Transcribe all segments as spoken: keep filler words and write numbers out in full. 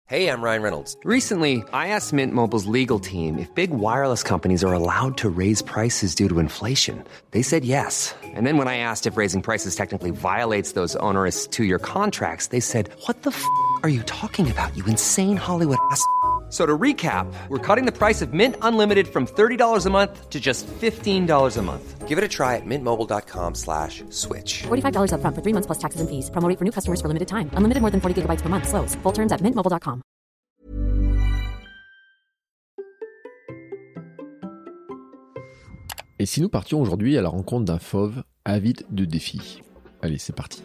Hey, I'm Ryan Reynolds. Recently, I asked Mint Mobile's legal team if big wireless companies are allowed to raise prices due to inflation. They said yes. And then when I asked if raising prices technically violates those onerous two-year contracts, they said, "What the f*** are you talking about, you insane Hollywood ass f- So to recap, we're cutting the price of Mint Unlimited from thirty dollars a month to just fifteen dollars a month. Give it a try at mintmobile.com slash switch. forty-five dollars up front for three months plus taxes and fees. Promo rate for new customers for limited time. Unlimited more than forty gigabytes per month. Slows full terms at mint mobile dot com. Et si nous partions aujourd'hui à la rencontre d'un fauve avide de défis? Allez, c'est parti.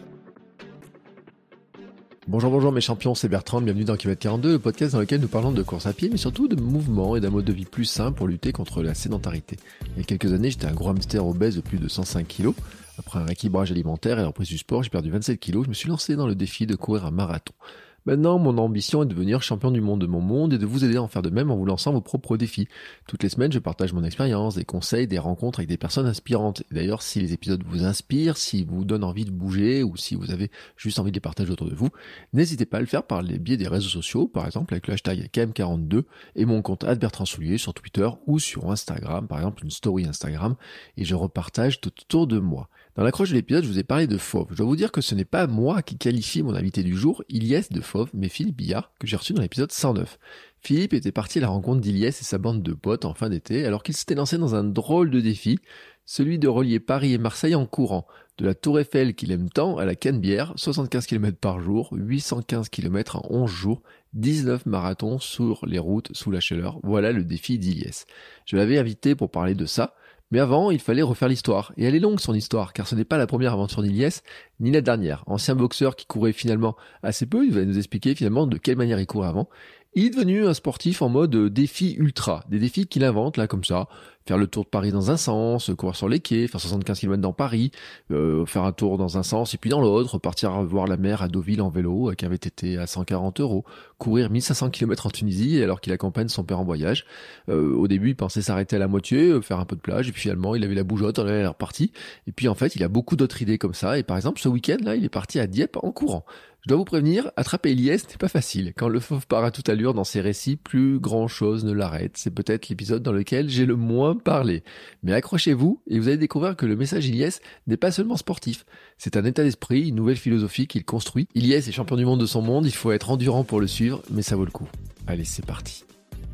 Bonjour, bonjour mes champions, c'est Bertrand, bienvenue dans Kilomètre quarante-deux, le podcast dans lequel nous parlons de course à pied, mais surtout de mouvement et d'un mode de vie plus sain pour lutter contre la sédentarité. Il y a quelques années, j'étais un gros hamster obèse de plus de cent cinq kilos. Après un rééquilibrage alimentaire et la reprise du sport, j'ai perdu vingt-sept kilos. Je me suis lancé dans le défi de courir un marathon. Maintenant, mon ambition est de devenir champion du monde de mon monde et de vous aider à en faire de même en vous lançant vos propres défis. Toutes les semaines, je partage mon expérience, des conseils, des rencontres avec des personnes inspirantes. Et d'ailleurs, si les épisodes vous inspirent, s'ils vous donnent envie de bouger ou si vous avez juste envie de les partager autour de vous, n'hésitez pas à le faire par les biais des réseaux sociaux, par exemple avec le hashtag K M quarante-deux et mon compte arobase bertrand soulier sur Twitter ou sur Instagram, par exemple une story Instagram, et je repartage tout autour de moi. Dans l'accroche de l'épisode, je vous ai parlé de fauve. Je dois vous dire que ce n'est pas moi qui qualifie mon invité du jour, Ilyes de Fauve, mais Philippe Billard, que j'ai reçu dans l'épisode cent neuf. Philippe était parti à la rencontre d'Ilyes et sa bande de potes en fin d'été, alors qu'il s'était lancé dans un drôle de défi, celui de relier Paris et Marseille en courant, de la Tour Eiffel qu'il aime tant à la Canebière, soixante-quinze kilomètres par jour, huit cent quinze kilomètres en onze jours, dix-neuf marathons sur les routes sous la chaleur. Voilà le défi d'Ilyes. Je l'avais invité pour parler de ça. Mais avant, il fallait refaire l'histoire. Et elle est longue son histoire, car ce n'est pas la première aventure d'Ilyes, ni la dernière. Ancien boxeur qui courait finalement assez peu, il va nous expliquer finalement de quelle manière il courait avant. Il est devenu un sportif en mode défi ultra, des défis qu'il invente là comme ça, faire le tour de Paris dans un sens, courir sur les quais, faire soixante-quinze kilomètres dans Paris, euh, faire un tour dans un sens et puis dans l'autre, partir voir la mer à Deauville en vélo avec un V T T à cent quarante euros, courir mille cinq cents kilomètres en Tunisie alors qu'il accompagne son père en voyage. Euh, au début, il pensait s'arrêter à la moitié, faire un peu de plage et puis finalement, il avait la bougeotte, on est reparti. Et puis en fait, il a beaucoup d'autres idées comme ça et par exemple, ce week-end là, il est parti à Dieppe en courant. Je dois vous prévenir, attraper Ilyes n'est pas facile. Quand le fauve part à toute allure dans ses récits, plus grand chose ne l'arrête. C'est peut-être l'épisode dans lequel j'ai le moins parlé. Mais accrochez-vous et vous allez découvrir que le message Ilyes n'est pas seulement sportif. C'est un état d'esprit, une nouvelle philosophie qu'il construit. Ilyes est champion du monde de son monde, il faut être endurant pour le suivre, mais ça vaut le coup. Allez, c'est parti.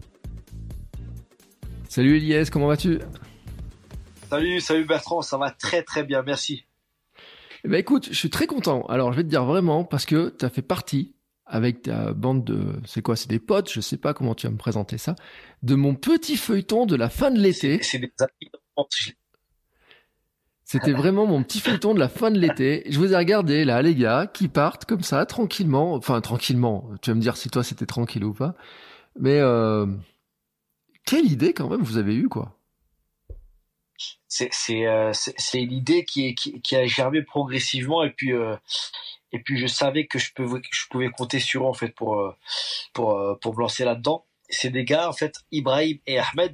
Salut Ilyes, comment vas-tu ? Salut, salut Bertrand, ça va très très bien, merci. Eh ben écoute, je suis très content. Alors je vais te dire vraiment parce que tu as fait partie avec ta bande de, c'est quoi, c'est des potes, je sais pas comment tu vas me présenter ça, de mon petit feuilleton de la fin de l'été. C'est, c'est des amis. C'était vraiment mon petit feuilleton de la fin de l'été. Je vous ai regardé là, les gars, qui partent comme ça, tranquillement, enfin tranquillement. Tu vas me dire si toi c'était tranquille ou pas. Mais euh, quelle idée quand même vous avez eue quoi. C'est c'est euh, c'est, c'est une idée qui est qui, qui a germé progressivement et puis euh, et puis je savais que je pouvais que je pouvais compter sur eux en fait pour euh, pour euh, pour me lancer là-dedans. C'est des gars en fait, Ibrahim et Ahmed.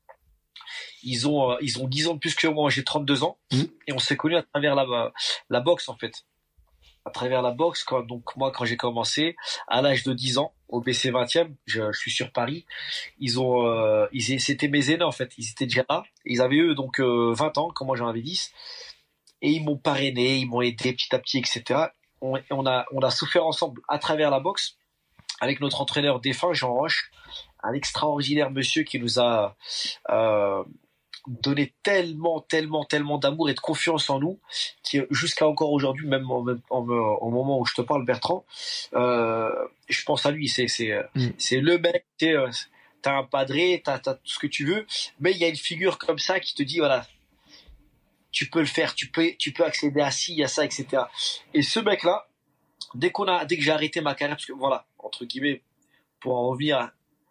Ils ont euh, ils ont dix ans de plus que moi, j'ai trente-deux ans mmh. Et on s'est connus à travers la la boxe en fait. À travers la boxe quand donc moi quand j'ai commencé à l'âge de dix ans au B C vingtième, je, je suis sur Paris. Ils ont euh, ils c'était mes aînés en fait, ils étaient déjà là, ils avaient eux donc euh, vingt ans quand moi j'en avais dix et ils m'ont parrainé, ils m'ont aidé petit à petit et cetera. On, on a on a souffert ensemble à travers la boxe avec notre entraîneur défunt Jean Roche, un extraordinaire monsieur qui nous a euh, donné tellement, tellement, tellement d'amour et de confiance en nous, qui jusqu'à encore aujourd'hui, même en, en, en, au moment où je te parle, Bertrand, euh, je pense à lui. C'est, c'est, mm. c'est le mec. C'est, t'as un padré, t'as, t'as tout ce que tu veux, mais il y a une figure comme ça qui te dit voilà, tu peux le faire, tu peux, tu peux accéder à ci, à ça, et cetera. Et ce mec-là, dès qu'on a, dès que j'ai arrêté ma carrière, parce que voilà, entre guillemets, pour en revenir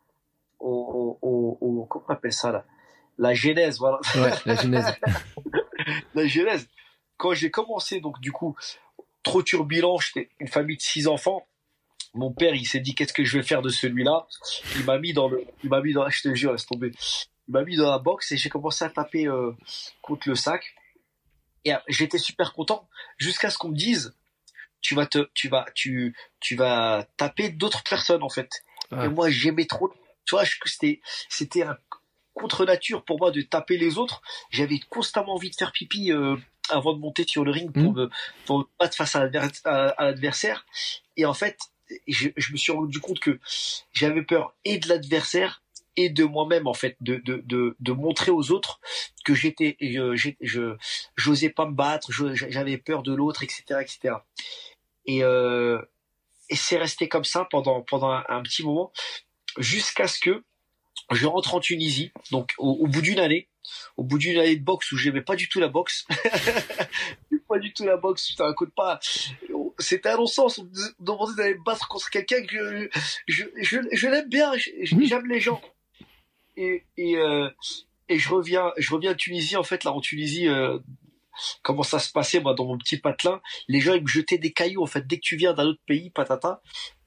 au, au, au, au comment on appelle ça là? La genèse, voilà. Ouais, la genèse. La genèse. Quand j'ai commencé, donc du coup, trop turbulent, j'étais une famille de six enfants. Mon père, il s'est dit, qu'est-ce que je vais faire de celui-là? Il m'a mis dans le, il m'a mis dans, je te jure, laisse tomber. Il m'a mis dans la boxe et j'ai commencé à taper euh, contre le sac. Et euh, j'étais super content jusqu'à ce qu'on me dise, tu vas te, tu vas, tu, tu vas taper d'autres personnes en fait. Ah. Et moi, j'aimais trop. Tu vois, je- c'était, c'était un contre nature pour moi de taper les autres. J'avais constamment envie de faire pipi euh, avant de monter sur le ring pour Mm. me pour me battre face à l'adver- à- à l'adversaire. Et en fait, je, je me suis rendu compte que j'avais peur et de l'adversaire et de moi-même en fait, de de de, de montrer aux autres que j'étais, je, j'ai- je j'osais pas me battre, je- j'avais peur de l'autre, et cetera, et cetera. Et euh, et c'est resté comme ça pendant pendant un, un petit moment jusqu'à ce que je rentre en Tunisie, donc au, au bout d'une année, au bout d'une année de boxe où j'aimais pas du tout la boxe, pas du tout la boxe, putain, écoute pas, c'était un non-sens, on me demandait d'aller me battre contre quelqu'un que je, je, je, je l'aime bien, je- je- j'aime les gens. Et, et, euh, et je reviens, je reviens à Tunisie, en fait, là, en Tunisie, euh, comment ça se passait, moi, dans mon petit patelin, les gens, ils me jetaient des cailloux, en fait, dès que tu viens d'un autre pays, patata,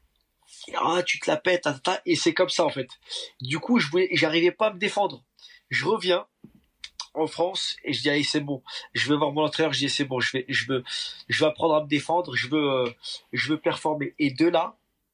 ah, tu te la pètes, patata, et c'est comme ça, en fait. Du coup, je voulais, j'arrivais pas à me défendre. Je reviens en France et je dis allez c'est bon, je vais voir mon entraîneur, je dis c'est bon, je vais je veux je veux apprendre à me défendre, je veux euh, je veux performer. Et de là,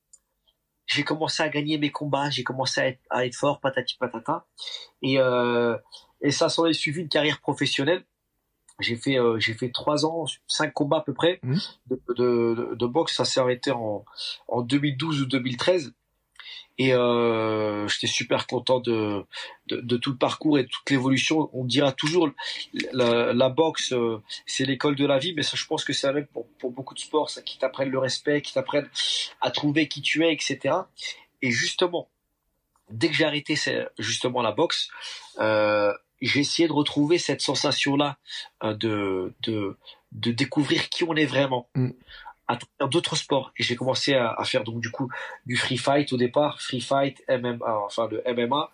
j'ai commencé à gagner mes combats, j'ai commencé à être, à être fort, patati patata, et euh, et ça s'en est suivi une carrière professionnelle. J'ai fait euh, j'ai fait trois ans, cinq combats à peu près Mmh. de, de, de boxe. Ça s'est arrêté en en deux mille douze ou deux mille treize. Et euh, j'étais super content de, de, de tout le parcours et de toute l'évolution. On dira toujours la, la boxe, euh, c'est l'école de la vie, mais ça, je pense que c'est la même pour, pour beaucoup de sports, ça, qui t'apprennent le respect, qui t'apprennent à trouver qui tu es, et cetera. Et justement, dès que j'ai arrêté c'est justement la boxe, euh, j'ai essayé de retrouver cette sensation-là euh, de, de, de découvrir qui on est vraiment. Mm. À travers d'autres sports, et j'ai commencé à, à faire donc du coup du free fight au départ, free fight, M M A, enfin le M M A.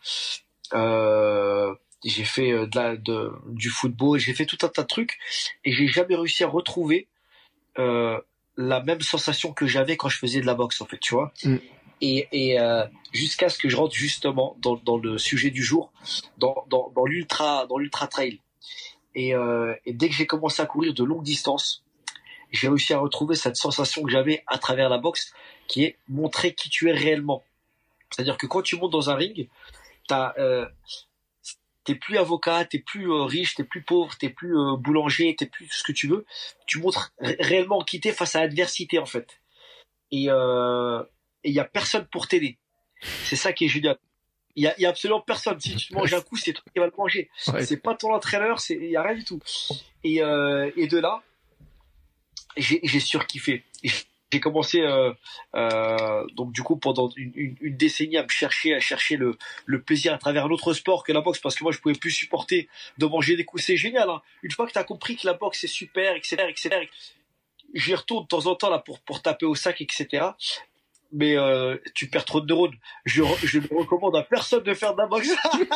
Euh, j'ai fait euh, de la, de, du football, j'ai fait tout un tas de trucs, et j'ai jamais réussi à retrouver euh, la même sensation que j'avais quand je faisais de la boxe en fait, tu vois. Mm. Et, et euh, jusqu'à ce que je rentre justement dans, dans le sujet du jour, dans, dans, dans l'ultra dans l'ultra trail. Et, euh, et dès que j'ai commencé à courir de longues distances, j'ai réussi à retrouver cette sensation que j'avais à travers la boxe, qui est montrer qui tu es réellement. C'est-à-dire que quand tu montes dans un ring, t'as, euh, t'es plus avocat, t'es plus euh, riche, t'es plus pauvre, t'es plus euh, boulanger, t'es plus ce que tu veux. Tu montres ré- réellement qui t'es face à l'adversité en fait. Et euh, et il y a personne pour t'aider. C'est ça qui est génial. Il y a, il y a absolument personne. Si tu te manges un coup, c'est toi qui vas le manger. Ouais. C'est pas ton entraîneur, c'est il y a rien du tout. Et euh, et de là, j'ai, j'ai surkiffé. J'ai commencé euh, euh, donc du coup pendant une, une, une décennie à me chercher, à chercher le, le plaisir à travers un autre sport que la boxe, parce que moi je pouvais plus supporter de manger des coups. C'est génial, hein. Une fois que t'as compris que la boxe c'est super, et cetera, et cetera. J'y retourne de temps en temps là pour pour taper au sac, et cetera. Mais euh, tu perds trop de neurones. Je re- je ne recommande à personne de faire de la boxe.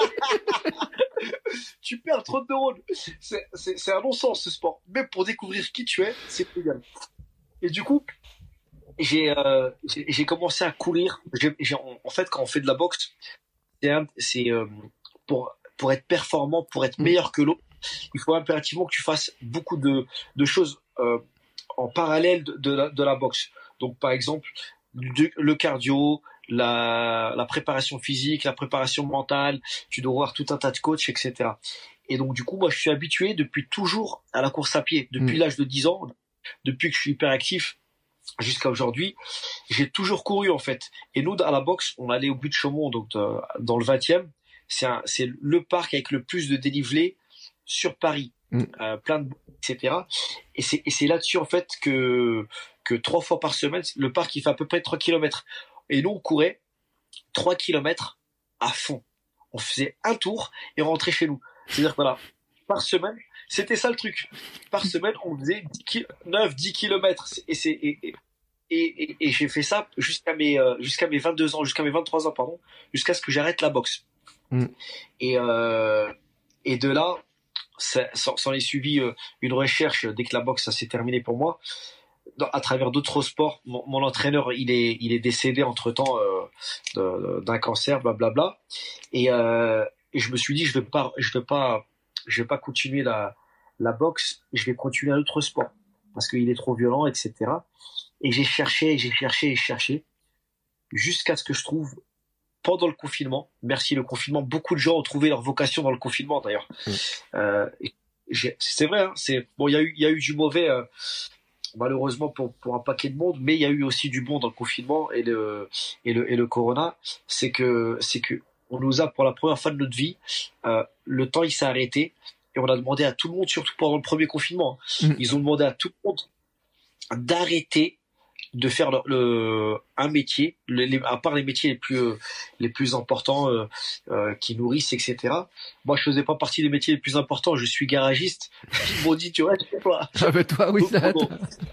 Tu perds trop de neurones. C'est c'est c'est un non-sens ce sport. Mais pour découvrir qui tu es, c'est génial. Et du coup, j'ai euh, j'ai j'ai commencé à courir. J'ai, j'ai, en fait, quand on fait de la boxe, c'est, un- c'est euh, pour pour être performant, pour être meilleur que l'autre, il faut impérativement que tu fasses beaucoup de de choses euh, en parallèle de, de la de la boxe. Donc, par exemple, du- le cardio, la la préparation physique, la préparation mentale. Tu dois voir tout un tas de coachs, et cetera. Et donc, du coup, moi, je suis habitué depuis toujours à la course à pied, depuis Mm. l'âge de dix ans, depuis que je suis hyper actif jusqu'à aujourd'hui, j'ai toujours couru en fait. Et nous, à la boxe, on allait au but de Chaumont, donc euh, dans le vingtième. C'est un, c'est le parc avec le plus de dénivelé sur Paris, Mm. euh, plein de, et cetera. Et c'est, et c'est là-dessus en fait que que trois fois par semaine, le parc il fait à peu près trois kilomètres. Et nous, on courait trois kilomètres à fond. On faisait un tour et on rentrait chez nous. C'est-à-dire que voilà, par semaine, c'était ça le truc. Par semaine, on faisait neuf dix kilomètres. Et, c'est, et, et, et, et j'ai fait ça jusqu'à mes, euh, jusqu'à mes vingt-deux ans, jusqu'à mes vingt-trois ans, pardon, jusqu'à ce que j'arrête la boxe. Mm. Et, euh, et de là, ça, ça, s'en est suivi euh, une recherche dès que la boxe, ça s'est terminé pour moi. Dans, à travers d'autres sports, mon, mon entraîneur, il est, il est décédé entre-temps euh, de, d'un cancer, blablabla. Et, euh, et je me suis dit, je vais pas, je vais pas, je vais pas continuer la, la boxe, je vais continuer un autre sport parce qu'il est trop violent, et cetera. Et j'ai cherché, j'ai cherché et cherché jusqu'à ce que je trouve pendant le confinement. Merci le confinement. Beaucoup de gens ont trouvé leur vocation dans le confinement d'ailleurs. Mmh. Euh, j'ai, c'est vrai, hein, c'est bon. Il y a eu, il y a eu du mauvais, euh, malheureusement pour pour un paquet de monde, mais il y a eu aussi du bon dans le confinement et le et le et le corona. C'est que c'est que on nous a pour la première fois de notre vie, euh, le temps il s'est arrêté et on a demandé à tout le monde, surtout pendant le premier confinement, hein, mmh. ils ont demandé à tout le monde d'arrêter de faire le, le un métier, les, les, à part les métiers les plus euh, les plus importants euh, euh, qui nourrissent, et cetera. Moi, je faisais pas partie des métiers les plus importants. Je suis garagiste. Ils m'ont dit, tu restes chez toi. Ah ben toi, oui, ça. Ils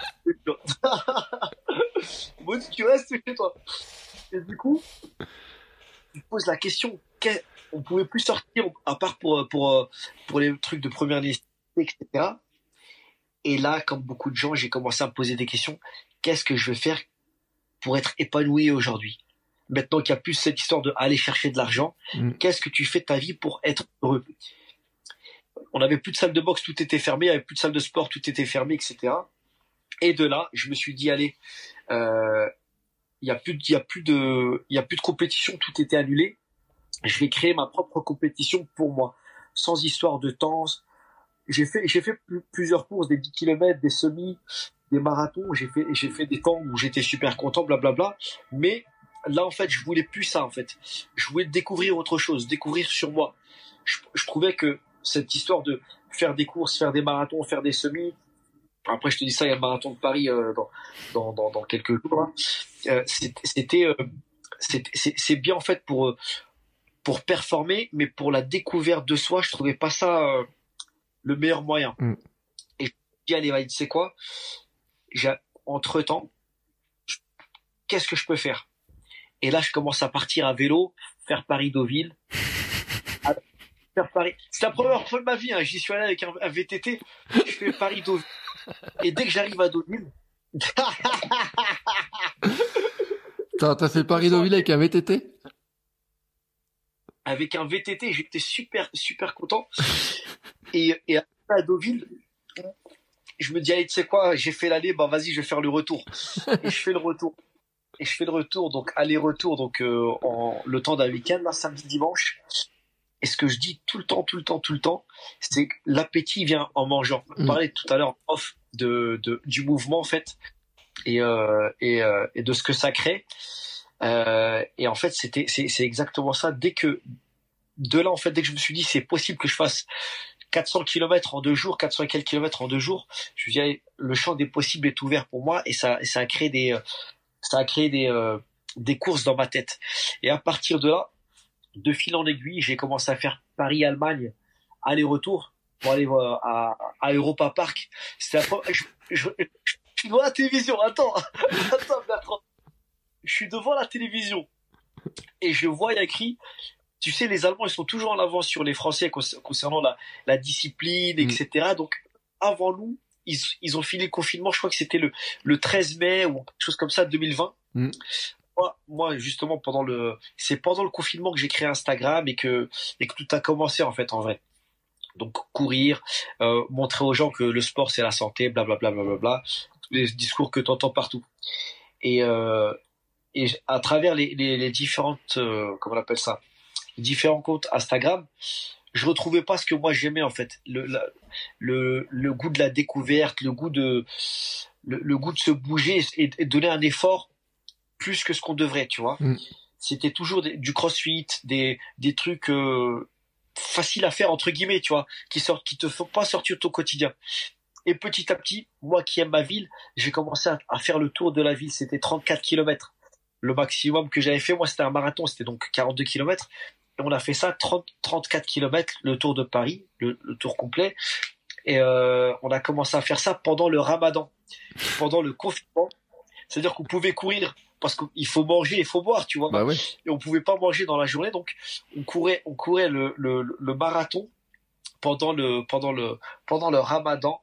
m'ont dit, tu restes chez toi. Et du coup, je pose la question, on pouvait plus sortir à part pour pour pour les trucs de première nécessité, et cetera. Et là, comme beaucoup de gens, j'ai commencé à me poser des questions. Qu'est-ce que je vais faire pour être épanoui aujourd'hui? Maintenant qu'il n'y a plus cette histoire de aller chercher de l'argent, mmh. qu'est-ce que tu fais de ta vie pour être heureux? On n'avait plus de salle de boxe, tout était fermé, il n'y avait plus de salle de sport, tout était fermé, et cetera. Et de là, je me suis dit, allez, euh, il n'y a plus, il y a plus de, il y a plus de compétition, tout était annulé. Je vais créer ma propre compétition pour moi, sans histoire de temps. J'ai fait, j'ai fait plusieurs courses, des dix kilomètres, des semis, des marathons. J'ai fait, j'ai fait des temps où j'étais super content, blablabla. Mais là, en fait, je voulais plus ça, en fait. Je voulais découvrir autre chose, découvrir sur moi. Je, je trouvais que cette histoire de faire des courses, faire des marathons, faire des semis. Après, je te dis ça, il y a le marathon de Paris euh, dans, dans, dans, dans quelques jours. Hein. Euh, c'était, euh, c'était, c'est, c'est bien en fait pour pour performer, mais pour la découverte de soi, je trouvais pas ça. Euh, le meilleur moyen. Mm. Et je me dis, allez, tu sais quoi, j'ai, entre temps, qu'est-ce que je peux faire? Et là, je commence à partir à vélo, faire Paris-Deauville. faire Paris. C'est la première fois de ma vie, hein. J'y suis allé avec un, un V T T, je fais Paris-Deauville. Et dès que j'arrive à Deauville, t'as, t'as fait Paris-Deauville avec un V T T? Avec un V T T, j'étais super, super content. Et, et à Deauville, je me dis, allez, tu sais quoi, j'ai fait l'aller, bah vas-y, je vais faire le retour. Et je fais le retour. Et je fais le retour, donc aller-retour, donc euh, en le temps d'un week-end, là, samedi, dimanche. Et ce que je dis tout le temps, tout le temps, tout le temps, c'est que l'appétit vient en mangeant. On parlait tout à l'heure off de, de du mouvement en fait, et euh, et, euh, et de ce que ça crée. Euh, et en fait, c'était c'est c'est exactement ça. Dès que de là en fait, dès que je me suis dit c'est possible que je fasse quatre cents kilomètres en deux jours, quatre cents et quelques kilomètres en deux jours, je me suis dit allez, le champ des possibles est ouvert pour moi, et ça et ça a créé des ça a créé des euh, des courses dans ma tête. Et à partir de là, de fil en aiguille, j'ai commencé à faire Paris-Allemagne, aller-retour, pour aller euh, à, à Europa Park. C'était la première... je, je, je, je suis devant la télévision, attends, attends, Bertrand. Je suis devant la télévision et je vois, il y a écrit, tu sais, les Allemands, ils sont toujours en avance sur les Français concernant la, la discipline, et cetera. Donc, avant nous, ils, ils ont fini le confinement, je crois que c'était le, le treize mai ou quelque chose comme ça, deux mille vingt. Mm. Moi, moi, justement, pendant le, c'est pendant le confinement que j'ai créé Instagram et que, et que tout a commencé, en fait, en vrai. Donc, courir, euh, montrer aux gens que le sport, c'est la santé, blablabla, blablabla, tous les discours que tu entends partout. Et, euh, et à travers les, les, les différentes, euh, comment on appelle ça, les différents comptes Instagram, je retrouvais pas ce que moi j'aimais, en fait. Le, la, le, le goût de la découverte, le goût de, le, le goût de se bouger et, et donner un effort plus que ce qu'on devrait, tu vois. Mm. C'était toujours des, du crossfit, des, des trucs euh, faciles à faire, entre guillemets, tu vois, qui sortent, qui te font pas sortir de ton quotidien. Et petit à petit, moi qui aime ma ville, j'ai commencé à, à faire le tour de la ville. C'était trente-quatre kilomètres. Le maximum que j'avais fait, moi, c'était un marathon, c'était donc quarante-deux kilomètres. Et on a fait ça, trente, trente-quatre kilomètres, le tour de Paris, le, le tour complet. Et euh, on a commencé à faire ça pendant le ramadan, pendant le confinement. C'est-à-dire qu'on pouvait courir parce qu'il faut manger, il faut boire, tu vois. Bah ouais. Et on pouvait pas manger dans la journée, donc on courait, on courait le, le, le marathon pendant le, pendant le, pendant le ramadan.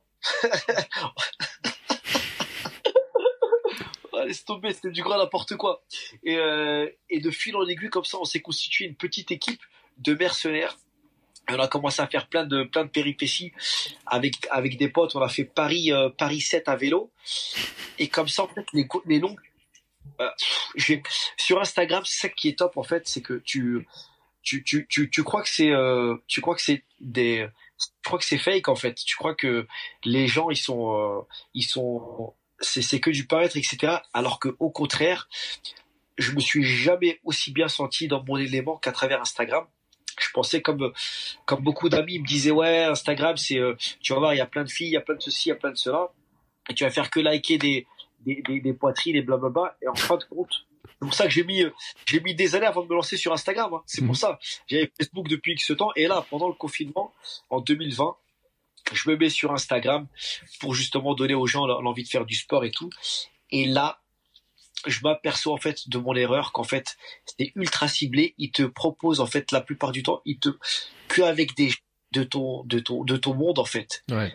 Oh, laisse tomber, c'était du grand n'importe quoi. Et, euh, et de fil en aiguille, comme ça, on s'est constitué une petite équipe de mercenaires. Et on a commencé à faire plein de, plein de péripéties avec, avec des potes. On a fait Paris, euh, Paris sept à vélo. Et comme ça, en fait, les, les longues, euh, j'ai, sur Instagram, c'est ça qui est top en fait, c'est que tu, tu, tu, tu, tu crois que c'est, euh, tu crois que c'est des, tu crois que c'est fake en fait. Tu crois que les gens ils sont, euh, ils sont, c'est, c'est que du paraître, et cetera. Alors que au contraire, je me suis jamais aussi bien senti dans mon élément qu'à travers Instagram. Je pensais comme comme beaucoup d'amis me disaient ouais Instagram c'est euh, tu vas voir il y a plein de filles, il y a plein de ceci, il y a plein de cela et tu vas faire que liker des des des, des poitrines et blablabla et en fin de compte c'est pour ça que j'ai mis euh, j'ai mis des années avant de me lancer sur Instagram hein. C'est pour ça j'avais Facebook depuis X temps et là pendant le confinement en deux mille vingt je me mets sur Instagram pour justement donner aux gens l'envie de faire du sport et tout et là je m'aperçois en fait de mon erreur qu'en fait c'est ultra ciblé. Il te propose en fait la plupart du temps, il te que avec des de ton de ton de ton monde en fait. Ouais.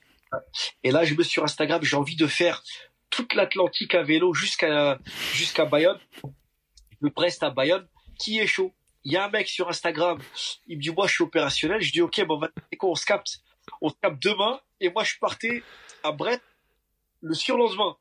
Et là je me suis sur Instagram, j'ai envie de faire toute l'Atlantique à vélo jusqu'à jusqu'à Bayonne, le Brest à Bayonne, qui est chaud. Il y a un mec sur Instagram, il me dit moi je suis opérationnel, je dis ok bon bah, on se capte, on se capte demain et moi je partais à Brest le surlendemain.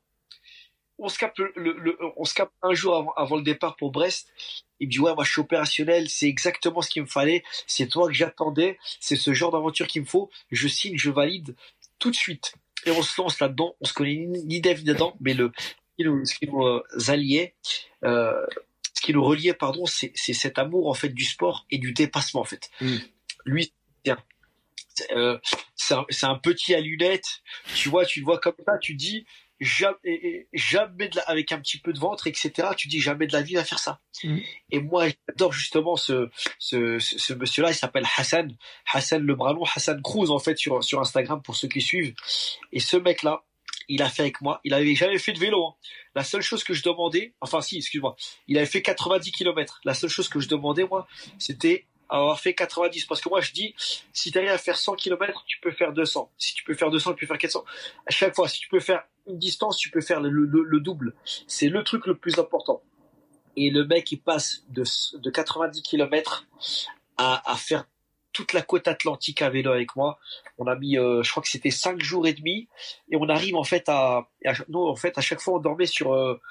On se capte le, le, le, on se capte un jour avant, avant le départ pour Brest. Il me dit ouais moi je suis opérationnel, c'est exactement ce qu'il me fallait, c'est toi que j'attendais, c'est ce genre d'aventure qu'il me faut, je signe, je valide tout de suite. Et on se lance là-dedans, on se connaît ni d'Ève ni d'Adam, mais le ce qui nous euh, alliait, euh, ce qui nous reliait pardon, c'est, c'est cet amour en fait du sport et du dépassement en fait. Mm. Lui c'est un, euh, c'est, un, c'est un petit à lunettes, tu vois, tu le vois comme ça, tu dis jamais, jamais de la, avec un petit peu de ventre, et cetera. Tu dis jamais de la vie va faire ça. Mmh. Et moi, j'adore justement ce, ce, ce, ce monsieur-là. Il s'appelle Hassan, Hassan le bras long, Hassan Cruz en fait sur sur Instagram pour ceux qui suivent. Et ce mec-là, il a fait avec moi. Il avait jamais fait de vélo. Hein. La seule chose que je demandais, enfin si, excuse-moi, il avait fait quatre-vingt-dix kilomètres. La seule chose que je demandais moi, c'était avoir fait quatre-vingt-dix, parce que moi je dis si tu arrives à faire cent kilomètres tu peux faire deux cents, si tu peux faire deux cents tu peux faire quatre cents, à chaque fois si tu peux faire une distance tu peux faire le, le, le double, c'est le truc le plus important. Et le mec il passe de, de quatre-vingt-dix kilomètres à, à faire toute la côte atlantique à vélo avec moi. On a mis euh, je crois que c'était cinq jours et demi et on arrive en fait à, à nous en fait à chaque fois on dormait sur euh,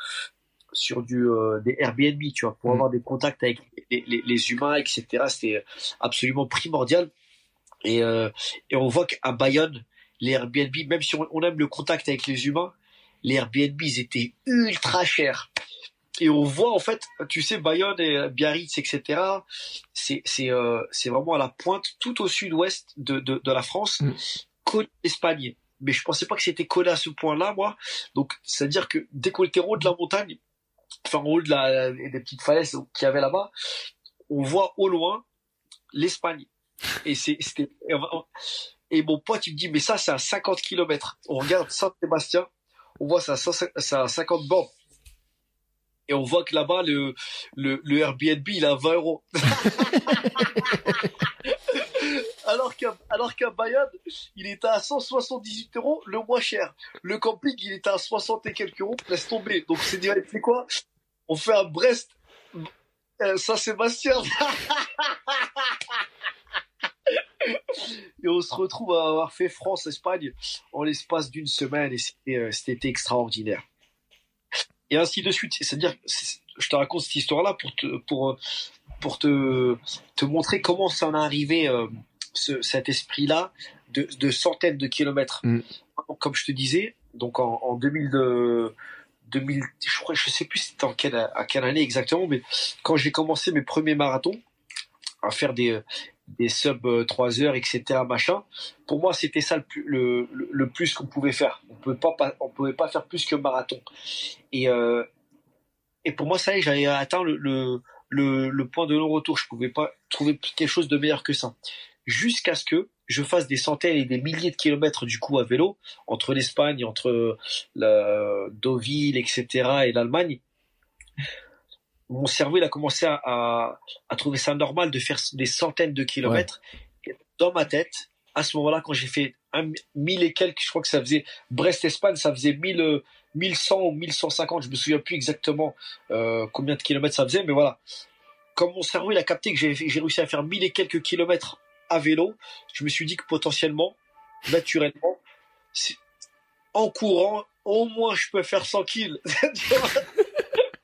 sur du euh, des Airbnb, tu vois, pour mmh. avoir des contacts avec les, les, les humains, et cetera. C'était absolument primordial. Et euh, et on voit qu'à Bayonne, les Airbnb, même si on, on aime le contact avec les humains, les Airbnb ils étaient ultra chers. Et on voit en fait, tu sais, Bayonne et Biarritz, et cetera. C'est c'est euh, c'est vraiment à la pointe, tout au sud-ouest de de, de la France, mmh. côte d'Espagne. Mais je pensais pas que c'était collé à ce point-là, moi. Donc, c'est-à-dire que dès qu'on était en haut de la montagne, enfin en haut de la des petites falaises qu'il y avait là-bas, on voit au loin l'Espagne. Et c'est c'était et mon pote il me dit mais ça c'est à cinquante kilomètres. On regarde Saint-Sébastien, on voit ça à cinquante bornes. Et on voit que là-bas le le, le Airbnb il est à vingt euros. Alors qu'à, alors qu'à Bayonne, il était à cent soixante-dix-huit euros, le moins cher. Le camping, il était à soixante et quelques euros, laisse tomber. Donc, c'est dit, tu sais quoi? On fait un Brest, euh, Saint-Sébastien. Et on se retrouve à avoir fait France-Espagne en l'espace d'une semaine et c'était, euh, c'était extraordinaire. Et ainsi de suite. C'est-à-dire, c'est, je te raconte cette histoire-là pour te, pour, pour te, te montrer comment ça en est arrivé, euh, Ce, cet esprit-là de, de centaines de kilomètres. Mm. Comme je te disais, donc en, en deux mille, deux mille, je crois, je sais plus c'était en quelle, à quelle année exactement, mais quand j'ai commencé mes premiers marathons, à faire des, des sub trois heures, et cetera, machin, pour moi, c'était ça le plus, le, le, le plus qu'on pouvait faire. On pouvait pas, on pouvait pas faire plus que marathon. Et, euh, et pour moi, ça y est, j'avais atteint le, le, le, le point de non-retour. Je pouvais pas trouver quelque chose de meilleur que ça. Jusqu'à ce que je fasse des centaines et des milliers de kilomètres du coup à vélo entre l'Espagne, entre la Deauville, et cetera et l'Allemagne. Mon cerveau il a commencé à, à, à trouver ça normal de faire des centaines de kilomètres. Ouais. Et dans ma tête, à ce moment-là, quand j'ai fait un, mille et quelques, je crois que ça faisait Brest-Espagne, ça faisait mille, mille cent ou mille cent cinquante, je me souviens plus exactement euh, combien de kilomètres ça faisait, mais voilà. Comme mon cerveau il a capté que j'ai, j'ai réussi à faire mille et quelques kilomètres à vélo, je me suis dit que potentiellement, naturellement, en courant, au moins je peux faire cent kills.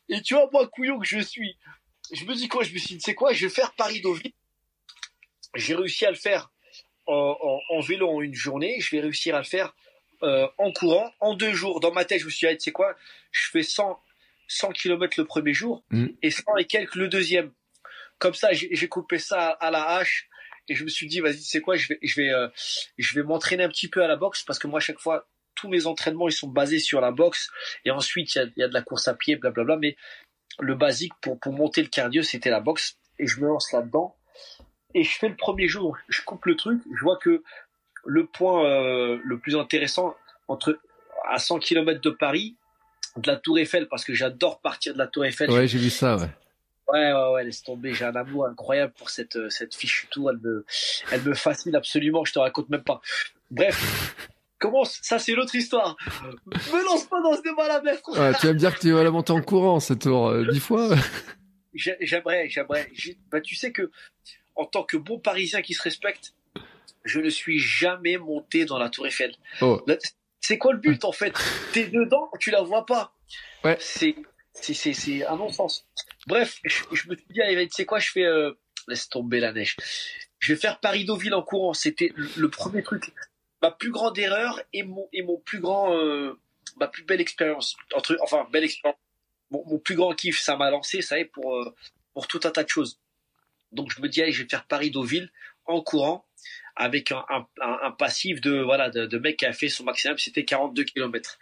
Et tu vois, moi, couillon que je suis, je me dis quoi? Je me suis dit, tu sais quoi? Je vais faire Paris-Deauville. J'ai réussi à le faire en, en, en vélo en une journée. Je vais réussir à le faire euh, en courant en deux jours. Dans ma tête, je me suis dit, tu sais quoi? Je fais cent, cent kilomètres le premier jour Mm. et cent et quelques le deuxième. Comme ça, j'ai, j'ai coupé ça à, à la hache. Et je me suis dit, vas-y, tu sais quoi, je vais, je vais, euh, je vais m'entraîner un petit peu à la boxe parce que moi, à chaque fois, tous mes entraînements, ils sont basés sur la boxe. Et ensuite, il y a, il y a de la course à pied, blablabla. Mais le basique pour, pour monter le cardio, c'était la boxe. Et je me lance là-dedans. Et je fais le premier jour, je coupe le truc. Je vois que le point euh, le plus intéressant, entre à cent kilomètres de Paris, de la Tour Eiffel, parce que j'adore partir de la Tour Eiffel. Ouais, j'ai vu ça, ouais. Ouais, ouais, ouais, laisse tomber. J'ai un amour incroyable pour cette, cette fichue tour. Elle me, elle me fascine absolument. Je te raconte même pas. Bref. Comment, ça, c'est l'autre histoire. Me lance pas dans ce débat-là, mec. Ouais, tu vas me dire que tu vas la monter en courant, cette tour, euh, dix fois. J'ai- J'aimerais, j'aimerais. J'ai- Bah, tu sais que, en tant que bon Parisien qui se respecte, je ne suis jamais monté dans la Tour Eiffel. Oh. Là, c'est quoi le but, en fait? T'es dedans, tu la vois pas. Ouais. C'est, c'est, c'est, c'est un non-sens. Bref, je, je me suis dit, allez, tu sais quoi, je fais, euh, laisse tomber la neige. Je vais faire Paris-Deauville en courant. C'était le, le premier truc. Ma plus grande erreur et mon, et mon plus grand, euh, ma plus belle expérience. Entre, enfin, belle expérience. Mon, mon plus grand kiff, ça m'a lancé, ça y est, pour, euh, pour tout un tas de choses. Donc, je me dis, allez, je vais faire Paris-Deauville en courant avec un, un, un, un passif de, voilà, de, de mec qui a fait son maximum, c'était quarante-deux kilomètres.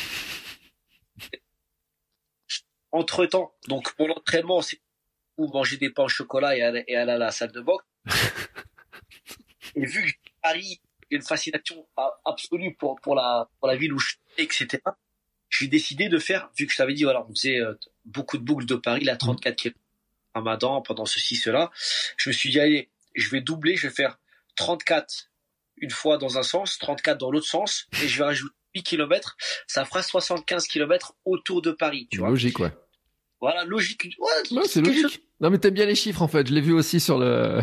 Entre temps, donc, mon entraînement, c'est ou manger des pains au chocolat et aller, et aller à la salle de boxe. Et vu que Paris, j'ai une fascination a- absolue pour, pour la, pour la ville où je suis, et cetera. J'ai décidé de faire, vu que je t'avais dit, voilà, on faisait euh, beaucoup de boucles de Paris, là, trente-quatre kilomètres Ramadan, pendant ceci, cela. Je me suis dit, allez, je vais doubler, je vais faire trente-quatre une fois dans un sens, trente-quatre dans l'autre sens, et je vais rajouter huit kilomètres. Ça fera soixante-quinze kilomètres autour de Paris, tu vois. Logique, ouais. Voilà, logique. Ouais, Ouais, c'est quelque chose- logique. Non, mais t'aimes bien les chiffres, en fait. Je l'ai vu aussi sur le...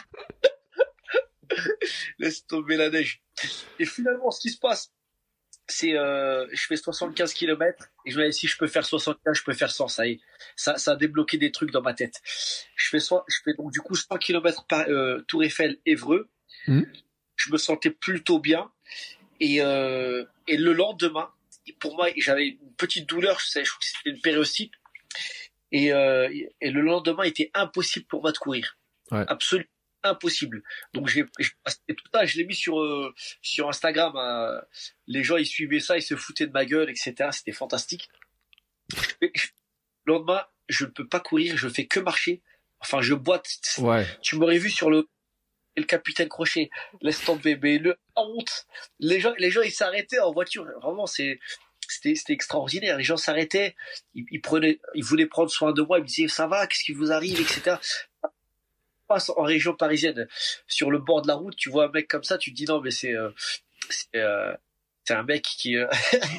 Laisse tomber la neige. Et finalement, ce qui se passe, c'est euh, je fais soixante-quinze kilomètres et je me dis si je peux faire soixante-quinze, je peux faire cent. Ça y est, ça, ça a débloqué des trucs dans ma tête. Je fais soit, je fais donc du coup cent kilomètres par euh, Tour Eiffel, Évreux. Mmh. Je me sentais plutôt bien et euh, et le lendemain, pour moi, j'avais une petite douleur. Je sais, je crois que c'était une périostite et euh, et le lendemain était impossible pour moi de courir. Ouais. Absolument impossible. Donc j'ai j'ai passé tout ça, je l'ai mis sur euh, sur Instagram. euh, les gens ils suivaient ça, ils se foutaient de ma gueule, et cetera. C'était fantastique. Et je- le lendemain, je ne peux pas courir, je fais que marcher. Enfin, je boite. Ouais. Tu m'aurais vu sur le le capitaine Crochet. Laisse tomber, mais le la honte. Les gens les gens ils s'arrêtaient en voiture. Vraiment, c'est c'était c'était extraordinaire. Les gens s'arrêtaient, ils, ils prenaient, ils voulaient prendre soin de moi. Ils me disaient ça va, qu'est-ce qui vous arrive, et cetera. Passe en région parisienne, sur le bord de la route, tu vois un mec comme ça, tu te dis non mais c'est euh, c'est euh, c'est un mec qui euh...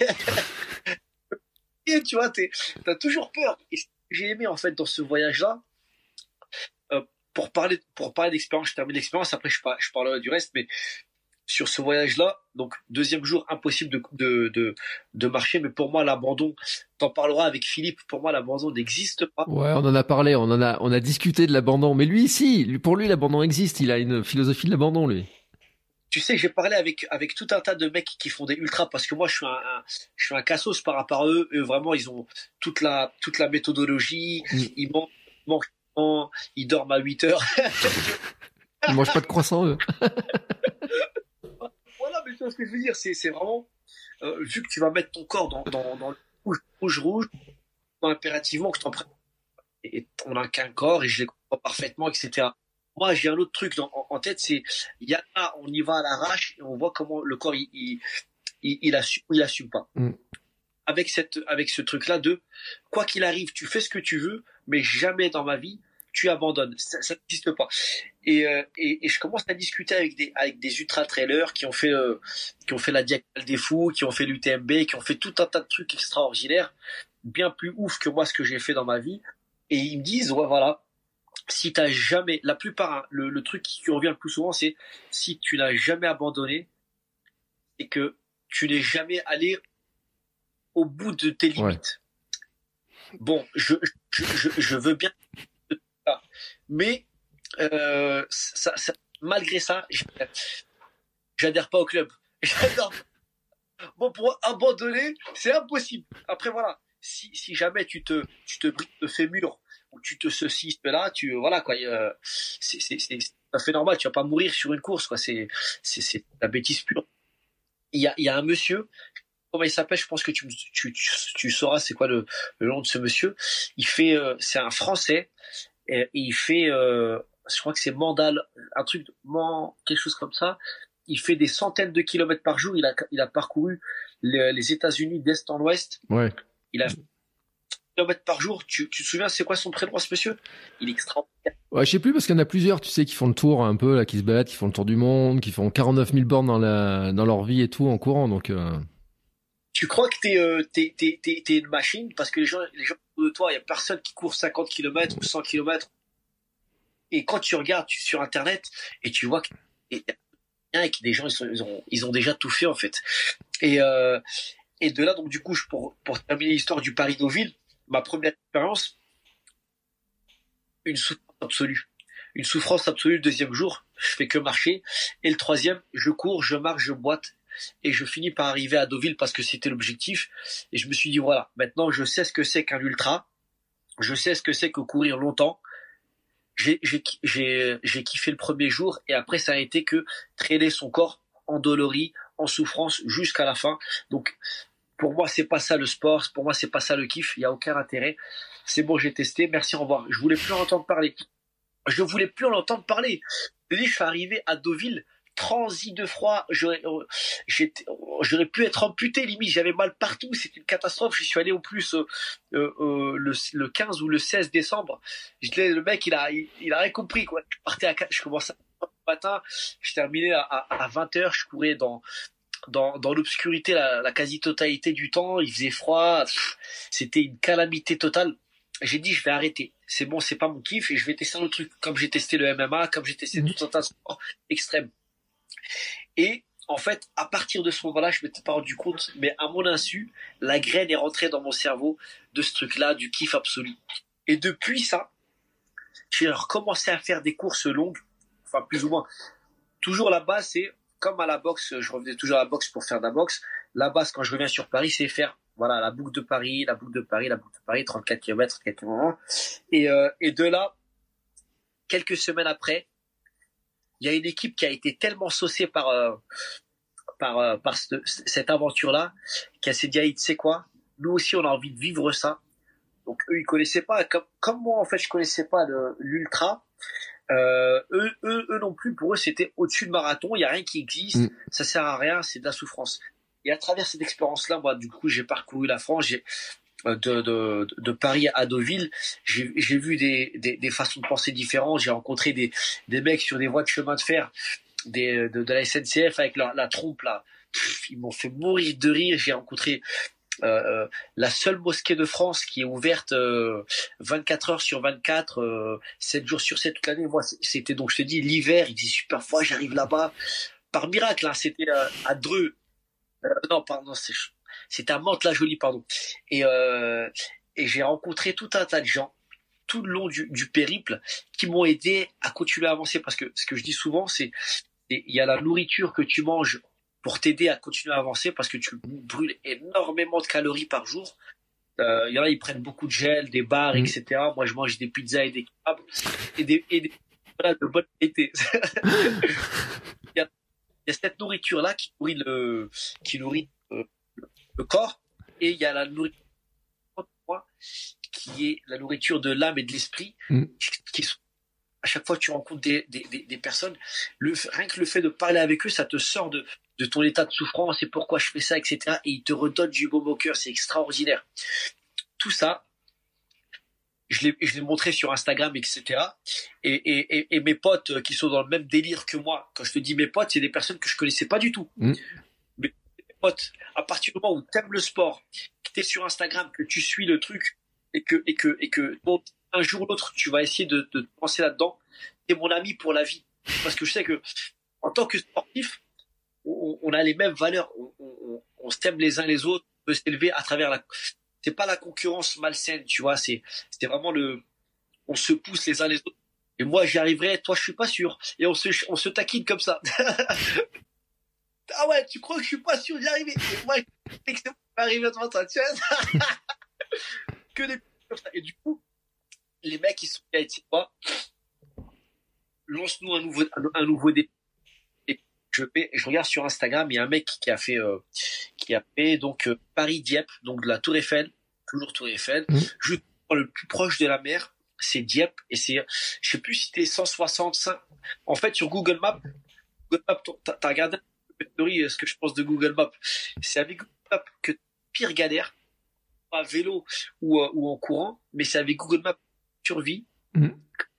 et tu vois t'es, t'as toujours peur. Et ce que j'ai aimé en fait dans ce voyage-là, euh, pour parler pour parler d'expérience, je termine l'expérience, après je, par, je parlerai du reste, mais sur ce voyage-là, donc deuxième jour impossible de de de, de marcher, mais pour moi l'abandon, t'en parleras avec Philippe, pour moi l'abandon n'existe pas. Ouais, on en a parlé, on en a, on a discuté de l'abandon. Mais lui, si, lui- pour lui, l'abandon existe. Il a une philosophie de l'abandon, lui. Tu sais, j'ai parlé avec avec tout un tas de mecs qui font des ultras parce que moi je suis un, un je suis un cassos par rapport à eux. Eux vraiment ils ont toute la toute la méthodologie. Mm. Ils mangent, mangent, mangent, ils dorment à huit heures. Ils mangent pas de croissant, eux. Voilà, mais tu vois ce que je veux dire, c'est c'est vraiment euh, vu que tu vas mettre ton corps dans dans dans le rouge rouge rouge, impérativement que tu en prennes. Et on n'a qu'un corps et je les comprends parfaitement, et cetera. Moi, j'ai un autre truc dans, en, en tête, c'est il y a ah, on y va à l'arrache et on voit comment le corps il il il, il assume, il assume pas. Mm. Avec cette avec ce truc-là de quoi qu'il arrive, tu fais ce que tu veux, mais jamais dans ma vie tu abandonnes. Ça, ça n'existe pas. Et, euh, et et je commence à discuter avec des avec des ultra trailers qui ont fait euh, qui ont fait la Diagonale des Fous, qui ont fait l'U T M B, qui ont fait tout un tas de trucs extraordinaires, bien plus ouf que moi ce que j'ai fait dans ma vie. Et ils me disent ouais voilà. Si t'as jamais, la plupart, hein, le, le truc qui revient le plus souvent, c'est si tu n'as jamais abandonné, c'est que tu n'es jamais allé au bout de tes limites. bon, je, je, je, je veux bien, mais euh, ça, ça, malgré ça, j'adhère pas au club. J'adore. Bon, pour abandonner, c'est impossible. Après, voilà, si, si jamais tu te, tu te brises le fémur ou tu te ceci, cela, tu, voilà, quoi, euh, c'est, c'est, c'est, c'est tout à fait normal. Tu vas pas mourir sur une course, quoi. C'est, c'est, c'est la bêtise pure. Il y a, il y a un monsieur, comment il s'appelle? Je pense que tu, tu, tu, tu sauras c'est quoi le, le nom de ce monsieur. Il fait, euh, c'est un Français, et, et il fait, euh, je crois que c'est Mandal, un truc, man, quelque chose comme ça. Il fait des centaines de kilomètres par jour. Il a, il a parcouru les, les États-Unis d'est en ouest. Ouais. Il a fait kilomètres par jour. Tu, tu te souviens, c'est quoi son prénom, ce monsieur? Il est extraordinaire. Ouais, je sais plus parce qu'il y en a plusieurs, tu sais, qui font le tour un peu, là, qui se baladent, qui font le tour du monde, qui font quarante-neuf mille bornes dans la, dans leur vie et tout en courant, donc, euh... Tu crois que t'es, euh, t'es, t'es, t'es, t'es une machine parce que les gens, les gens autour de toi, il y a personne qui court cinquante kilomètres ou cent kilomètres. Et quand tu regardes tu, sur Internet et tu vois que, et, et que des gens, ils, sont, ils, ont, ils ont déjà tout fait, en fait. Et, euh, et de là, donc, du coup, je, pour, pour terminer l'histoire du Paris-Deauville, ma première expérience, une souffrance absolue. Une souffrance absolue le deuxième jour, je fais que marcher. Et le troisième, je cours, je marche, je boite. Et je finis par arriver à Deauville parce que c'était l'objectif. Et je me suis dit, voilà, maintenant, je sais ce que c'est qu'un ultra. Je sais ce que c'est que courir longtemps. J'ai, j'ai, j'ai, j'ai kiffé le premier jour et après ça a été que traîner son corps endolori, en souffrance jusqu'à la fin. Donc pour moi c'est pas ça le sport, pour moi c'est pas ça le kiff, il y a aucun intérêt. C'est bon, j'ai testé, merci, au revoir. Je voulais plus en entendre parler. Je voulais plus en entendre parler. Je dis, je suis arrivé à Deauville, transi de froid, j'aurais, j'étais, j'aurais pu être amputé limite, j'avais mal partout, c'était une catastrophe. J'y suis allé au plus euh, euh, le, le quinze ou le seize décembre. J'étais, le mec il a il, il a rien compris, quoi. Je partais à je commençais à le matin, je terminais à, à, à vingt heures, je courais dans dans dans l'obscurité la, la quasi-totalité du temps, il faisait froid, pff, c'était une calamité totale. J'ai dit, je vais arrêter. C'est bon, c'est pas mon kiff et je vais tester un autre truc, comme j'ai testé le M M A, comme j'ai testé tout un tas de sports extrêmes. Et en fait, à partir de ce moment-là, je m'étais pas rendu compte, mais à mon insu, la graine est rentrée dans mon cerveau de ce truc-là, du kiff absolu. Et depuis ça, j'ai recommencé à faire des courses longues, enfin plus ou moins. Toujours la base, c'est comme à la boxe, je revenais toujours à la boxe pour faire de la boxe. La base, quand je reviens sur Paris, c'est faire voilà la boucle de Paris, la boucle de Paris, la boucle de Paris, trente-quatre kilomètres, trente-quatre kilomètres. Et, euh, et de là, quelques semaines après, il y a une équipe qui a été tellement saucée par euh, par euh, par ce, cette aventure-là, qu'elle s'est dit, tu sais quoi, nous aussi on a envie de vivre ça. Donc eux ils connaissaient pas, comme comme moi en fait je connaissais pas le, l'ultra. Euh, eux eux eux non plus, pour eux c'était au-dessus de marathon, il y a rien qui existe, mm. ça sert à rien, c'est de la souffrance. Et à travers cette expérience-là, moi du coup j'ai parcouru la France, j'ai De, de, de Paris à Deauville, j'ai, j'ai vu des, des, des façons de penser différentes. J'ai rencontré des, des mecs sur des voies de chemin de fer, des, de, de la S N C F avec la, la trompe là. Pff, ils m'ont fait mourir de rire. J'ai rencontré euh, la seule mosquée de France qui est ouverte euh, vingt-quatre heures sur vingt-quatre, euh, sept jours sur sept toute l'année. Moi, c'était donc je te dis l'hiver. Il disait super froid. J'arrive là-bas par miracle. Hein, c'était euh, à Dreux. Euh, non, pardon, c'est C'était à Mantes-la-Jolie, pardon. Et, euh, et j'ai rencontré tout un tas de gens tout le long du, du périple qui m'ont aidé à continuer à avancer. Parce que ce que je dis souvent, c'est il y a la nourriture que tu manges pour t'aider à continuer à avancer parce que tu brûles énormément de calories par jour. Euh, il y en a, ils prennent beaucoup de gel, des bars, mmh. et cetera. Moi, je mange des pizzas et des kebabs et des, et des voilà, de bonne qualité. il, y a, il y a cette nourriture-là qui nourrit le, qui nourrit euh, le corps, et il y a la nourriture qui est la nourriture de l'âme et de l'esprit, mmh. qui sont, à chaque fois que tu rencontres des, des, des, des personnes, le, rien que le fait de parler avec eux, ça te sort de, de ton état de souffrance et pourquoi je fais ça, et cetera. Et ils te redonnent du baume au cœur, c'est extraordinaire. Tout ça, je l'ai, je l'ai montré sur Instagram, et cetera. Et, et, et, et mes potes qui sont dans le même délire que moi, quand je te dis mes potes, c'est des personnes que je connaissais pas du tout. Mmh. Mais mes potes, à partir du moment où tu aimes le sport, que tu es sur Instagram, que tu suis le truc, et que, et que, et que bon, un jour ou l'autre, tu vas essayer de, de te penser là-dedans, t'es mon ami pour la vie. Parce que je sais que, en tant que sportif, on, on a les mêmes valeurs, on, on, on s'aime les uns les autres, on peut s'élever à travers la, c'est pas la concurrence malsaine, tu vois, c'est, c'est vraiment le, on se pousse les uns les autres. Et moi, j'y arriverai, toi, je suis pas sûr. Et on se, on se taquine comme ça. Ah ouais, tu crois que je suis pas sûr d'y arriver? Et moi, je sais que c'est arriver devant toi, tu vois. Que des comme ça. Et du coup, les mecs, ils sont là, tu sais quoi? Lance-nous un nouveau, un, un nouveau défi. Et je vais, je regarde sur Instagram, il y a un mec qui a fait, euh, qui a fait, donc, euh, Paris-Dieppe, donc de la Tour Eiffel, toujours Tour Eiffel, mmh. Juste le plus proche de la mer, c'est Dieppe, et c'est, je sais plus si c'était cent soixante-cinq. En fait, sur Google Maps, Google Maps, t'as, t'as regardé ce que je pense de Google Maps. C'est avec Google Maps que pire galère, à vélo ou, euh, ou en courant, mais c'est avec Google Maps survie, mmh.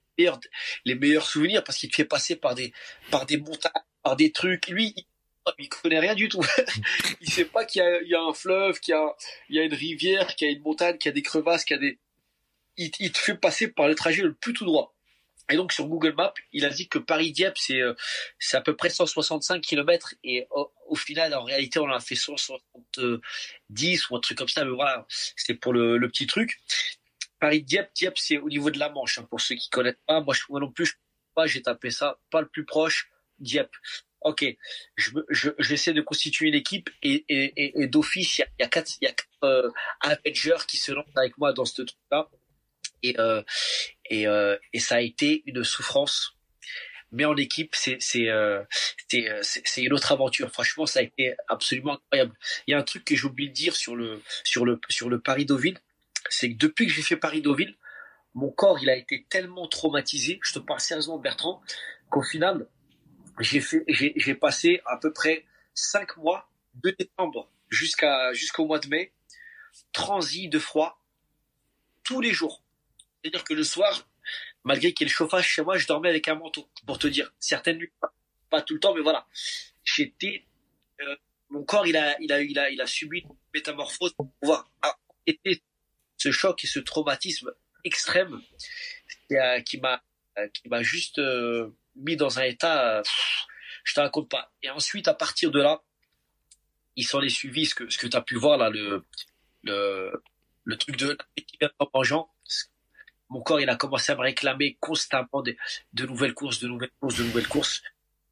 les meilleurs souvenirs parce qu'il te fait passer par des, par des montagnes, par des trucs. Lui, il, il connaît rien du tout. Il sait pas qu'il y a, il y a un fleuve, qu'il y a, il y a une rivière, qu'il y a une montagne, qu'il y a des crevasses, qu'il y a des, il, il te fait passer par le trajet le plus tout droit. Et donc, sur Google Maps, il a dit que Paris-Dieppe, c'est, euh, c'est à peu près cent soixante-cinq kilomètres. Et au, au final, en réalité, on en a fait cent soixante-dix ou un truc comme ça. Mais voilà, c'est pour le, le petit truc. Paris-Dieppe, Dieppe, c'est au niveau de la Manche, hein, pour ceux qui connaissent pas. Moi, je, moi non plus, je pas, j'ai tapé ça. Pas le plus proche, Dieppe. Ok, je, je, j'essaie de constituer une équipe et, et, et, et d'office, il y a, il y a quatre, il y a quatre euh, Avengers qui se lancent avec moi dans ce truc-là. Et, euh, et, euh, et ça a été une souffrance. Mais en équipe, c'est, c'est, euh, c'est, c'est, c'est une autre aventure. Franchement, ça a été absolument incroyable. Il y a un truc que j'ai oublié de dire sur le, sur le, sur le Paris-Deauville. C'est que depuis que j'ai fait Paris-Deauville, mon corps, il a été tellement traumatisé. Je te parle sérieusement, Bertrand, qu'au final, j'ai fait, j'ai, j'ai passé à peu près cinq mois, de décembre jusqu'à, jusqu'au mois de mai, transi de froid, tous les jours. C'est-à-dire que le soir, malgré qu'il y ait le chauffage chez moi, je dormais avec un manteau, pour te dire. Certaines nuits, pas, pas tout le temps, mais voilà. J'étais, euh, mon corps, il a, il a, il a, il a subi une métamorphose pour pouvoir arrêter ce choc et ce traumatisme extrême qui, a, qui m'a, qui m'a juste euh, mis dans un état, euh, pff, je te raconte pas. Et ensuite, à partir de là, il s'en est suivi ce que, ce que tu as pu voir là, le, le, le truc de en mangeant. Mon corps, il a commencé à me réclamer constamment de, de nouvelles courses, de nouvelles courses, de nouvelles courses.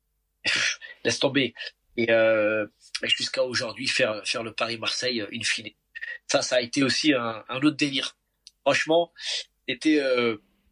Laisse tomber. Et euh, jusqu'à aujourd'hui, faire, faire le Paris-Marseille in fine. Ça, ça a été aussi un, un autre délire. Franchement, c'était, euh,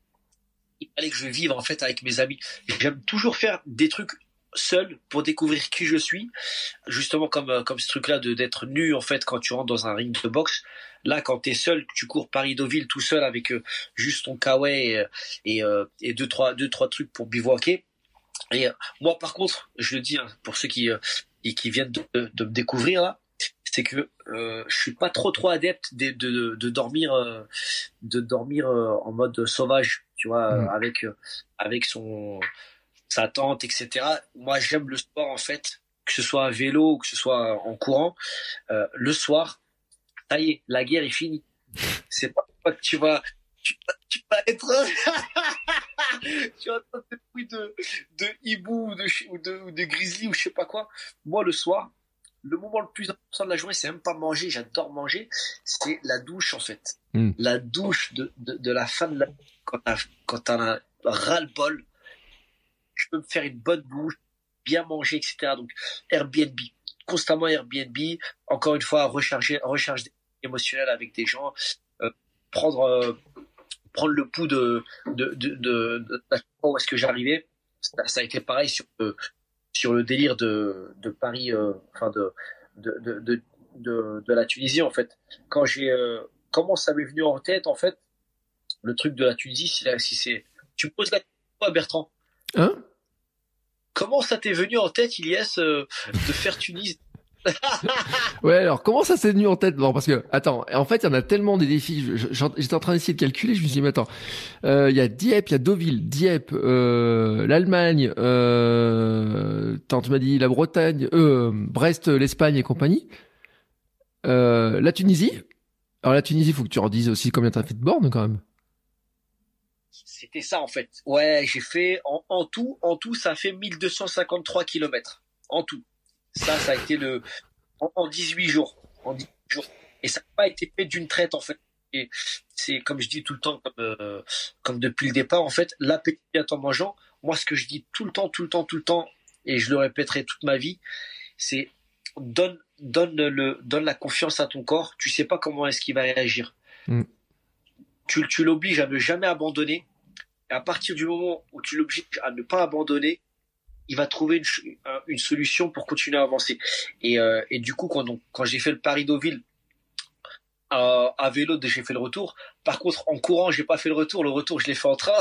il fallait que je vive en fait avec mes amis. J'aime toujours faire des trucs seul pour découvrir qui je suis, justement comme comme ce truc là de d'être nu en fait quand tu rentres dans un ring de boxe. Là, quand t'es seul, tu cours Paris-Deauville tout seul avec euh, juste ton kawaii et et, euh, et deux trois deux trois trucs pour bivouaquer. Et euh, moi par contre, je le dis hein, pour ceux qui euh, qui viennent de, de, de me découvrir là, c'est que euh, je suis pas trop trop adepte de de, de dormir euh, de dormir euh, en mode sauvage, tu vois, mmh. avec euh, avec son sa tente, et cetera. Moi, j'aime le sport, en fait, que ce soit à vélo ou que ce soit en courant. Euh, le soir, ça y est, la guerre est finie. C'est pas que tu vas, tu, tu vas être, tu vas entendre des bruits de, de hibou ou de, ou de, ou de grizzly ou je sais pas quoi. Moi, le soir, le moment le plus important de la journée, c'est même pas manger, j'adore manger, c'est la douche, en fait. Mm. La douche de, de, de la fin de la, quand t'as, quand t'as un ras-le-bol, je peux me faire une bonne bouche, bien manger, et cetera. Donc, Airbnb, constamment Airbnb, encore une fois, recharger, recharger émotionnel avec des gens, euh, prendre, euh, prendre le pouls de, de, de, de, de, de où est-ce que j'arrivais. Ça, ça a été pareil sur, euh, sur le délire de, de Paris, euh, enfin, de, de, de, de, de, de la Tunisie, en fait. Quand j'ai, euh, comment ça m'est venu en tête, en fait, le truc de la Tunisie, si, là, si c'est, tu me poses la question, Bertrand. Hein? Comment ça t'est venu en tête, Ilyes, euh, de faire Tunis? Ouais, alors comment ça s'est venu en tête? Bon, parce que attends, en fait, il y en a tellement des défis. Je, je, j'étais en train d'essayer de calculer. Je me suis dit, mais attends, euh, il y a Dieppe, il y a Deauville, Dieppe, euh, l'Allemagne. Euh, attends, tu m'as dit la Bretagne, euh, Brest, l'Espagne et compagnie. Euh, la Tunisie. Alors la Tunisie, faut que tu redises aussi combien t'as fait de bornes quand même. C'était ça en fait. Ouais, j'ai fait en, en tout, en tout, ça fait mille deux cent cinquante-trois kilomètres en tout. Ça, ça a été le en, en dix-huit jours, en dix-huit jours. Et ça n'a pas été fait d'une traite, en fait. Et c'est, comme je dis tout le temps, comme, euh, comme depuis le départ, en fait, l'appétit vient en mangeant. Moi, ce que je dis tout le temps, tout le temps, tout le temps, et je le répéterai toute ma vie, c'est donne, donne le, donne la confiance à ton corps. Tu sais pas comment est-ce qu'il va réagir. Mm. Tu, tu l'obliges à ne jamais abandonner. Et à partir du moment où tu l'obliges à ne pas abandonner, il va trouver une, une solution pour continuer à avancer. Et, euh, et du coup, quand, donc, quand j'ai fait le Paris-Deauville, euh, à vélo, j'ai fait le retour. Par contre, en courant, j'ai pas fait le retour. Le retour, je l'ai fait en train.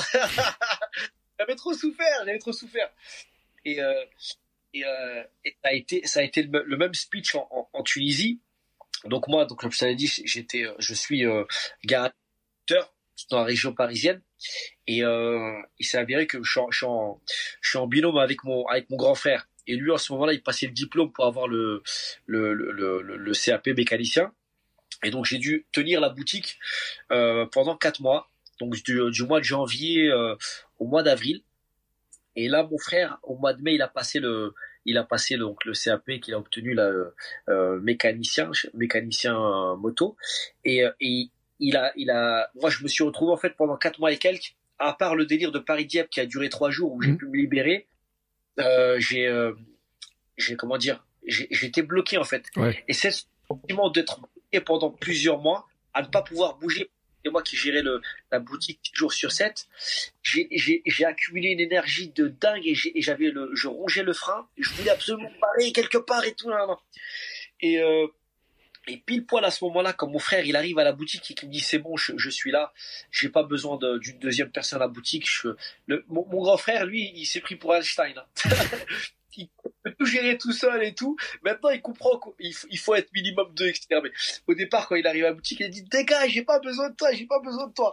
j'avais trop souffert, j'avais trop souffert. Et, euh, et, euh, et ça a été, ça a été le, le même speech en, en, en Tunisie. Donc moi, donc comme je t'avais dit, j'étais, je suis euh, garageur dans la région parisienne. Et euh, il s'est avéré que je suis, en, je, suis en, je suis en binôme avec mon avec mon grand frère. Et lui, en ce moment-là, il passait le diplôme pour avoir le le le, le, le C A P mécanicien. Et donc j'ai dû tenir la boutique euh, pendant quatre mois, donc du, du mois de janvier euh, au mois d'avril. Et là, mon frère, au mois de mai, il a passé le il a passé donc le C A P qu'il a obtenu là, euh, mécanicien mécanicien euh, moto. Et, et il a, il a, moi, je me suis retrouvé, en fait, pendant quatre mois et quelques, à part le délire de Paris-Dieppe qui a duré trois jours où j'ai mmh. pu me libérer, euh, j'ai, euh, j'ai, comment dire, j'ai, j'étais bloqué, en fait. Ouais. Et c'est ce sentiment d'être bloqué pendant plusieurs mois, à ne pas pouvoir bouger. C'est moi qui gérais le, la boutique six jours sur sept. J'ai, j'ai, j'ai accumulé une énergie de dingue et, j'ai, et j'avais le, je rongeais le frein. Et je voulais absolument parer quelque part et tout, là, là. Et, euh, Et pile poil à ce moment-là, quand mon frère il arrive à la boutique et qu'il me dit c'est bon, je, je suis là, j'ai pas besoin de, d'une deuxième personne à la boutique. Je, le, mon, mon grand frère, lui, il s'est pris pour Einstein. Hein. Il peut tout gérer tout seul et tout. Maintenant, il comprend qu'il faut, il faut être minimum deux, et cetera. Mais au départ, quand il arrive à la boutique, il dit dégage, j'ai pas besoin de toi, j'ai pas besoin de toi.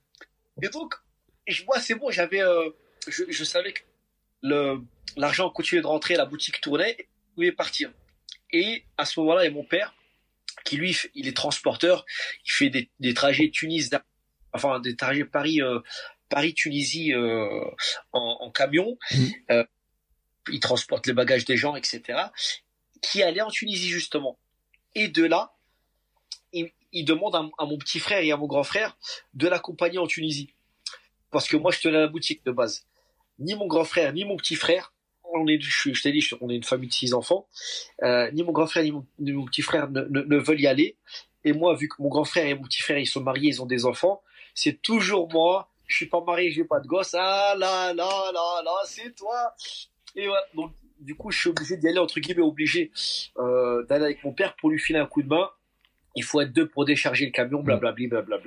Et donc, et moi, c'est bon, j'avais, euh, je, je savais que le, l'argent continuait de rentrer, la boutique tournait, et il pouvait partir. Et à ce moment-là, il y a mon père qui lui, il est transporteur, il fait des, des trajets Tunis, enfin des trajets Paris, euh, Paris Tunisie euh, en, en camion. Mmh. Euh, il transporte les bagages des gens, et cetera. Qui allait en Tunisie justement. Et de là, il, il demande à, à mon petit frère et à mon grand frère de l'accompagner en Tunisie, parce que moi je tenais la boutique de base. Ni mon grand frère ni mon petit frère. On est, je, je t'ai dit, on est une famille de six enfants. Euh, ni mon grand frère ni mon, ni mon petit frère ne, ne, ne veulent y aller. Et moi, vu que mon grand frère et mon petit frère, ils sont mariés, ils ont des enfants, c'est toujours moi. Je suis pas marié, j'ai pas de gosse. Ah là là là là, c'est toi. Et voilà. Donc, du coup, je suis obligé d'y aller, entre guillemets, obligé euh, d'aller avec mon père pour lui filer un coup de main. Il faut être deux pour décharger le camion, blablabla, blablabla.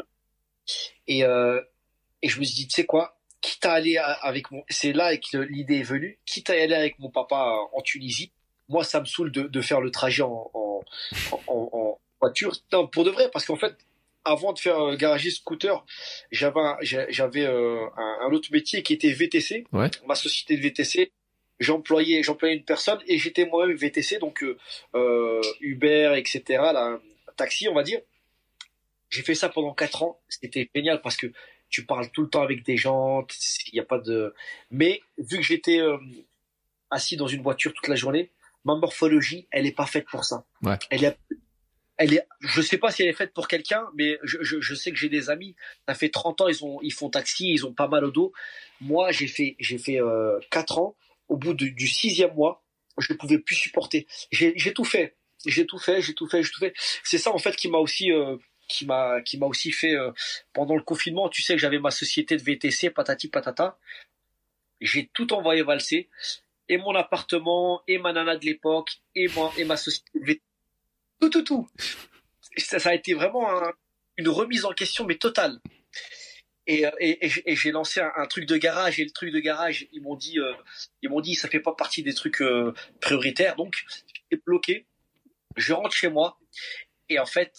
Et euh, et je me suis dit, tu sais quoi? Quitte à aller avec mon, c'est là que l'idée est venue, quitte à aller avec mon papa en Tunisie, moi ça me saoule de, de faire le trajet en, en, en, en voiture, non, pour de vrai, parce qu'en fait, avant de faire euh, garagiste scooter, j'avais, un, j'avais euh, un, un autre métier qui était V T C, ouais. Ma société de V T C, j'employais, j'employais une personne et j'étais moi-même V T C, donc euh, euh, Uber, et cetera, là, taxi, on va dire. J'ai fait ça pendant quatre ans, c'était génial parce que tu parles tout le temps avec des gens, il n'y a pas de... Mais vu que j'étais euh, assis dans une voiture toute la journée, ma morphologie, elle n'est pas faite pour ça. Ouais. Elle est, elle est, je sais pas si elle est faite pour quelqu'un, mais je, je, je sais que j'ai des amis, ça fait trente ans, ils, ont, ils font taxi, ils ont pas mal au dos. Moi, j'ai fait, j'ai fait euh, quatre ans. Au bout de, du sixième mois, je ne pouvais plus supporter. J'ai, j'ai tout fait. J'ai tout fait, j'ai tout fait, j'ai tout fait. C'est ça, en fait, qui m'a aussi... Euh, qui m'a qui m'a aussi fait euh, pendant le confinement, tu sais que j'avais ma société de V T C, patati patata, j'ai tout envoyé valser, et mon appartement, et ma nana de l'époque, et moi et ma société de V T C, tout tout tout. Ça, ça a été vraiment un, une remise en question mais totale. Et, et, et j'ai lancé un, un truc de garage, et le truc de garage, ils m'ont dit euh, ils m'ont dit ça fait pas partie des trucs euh, prioritaires, donc j'étais bloqué. Je rentre chez moi et en fait,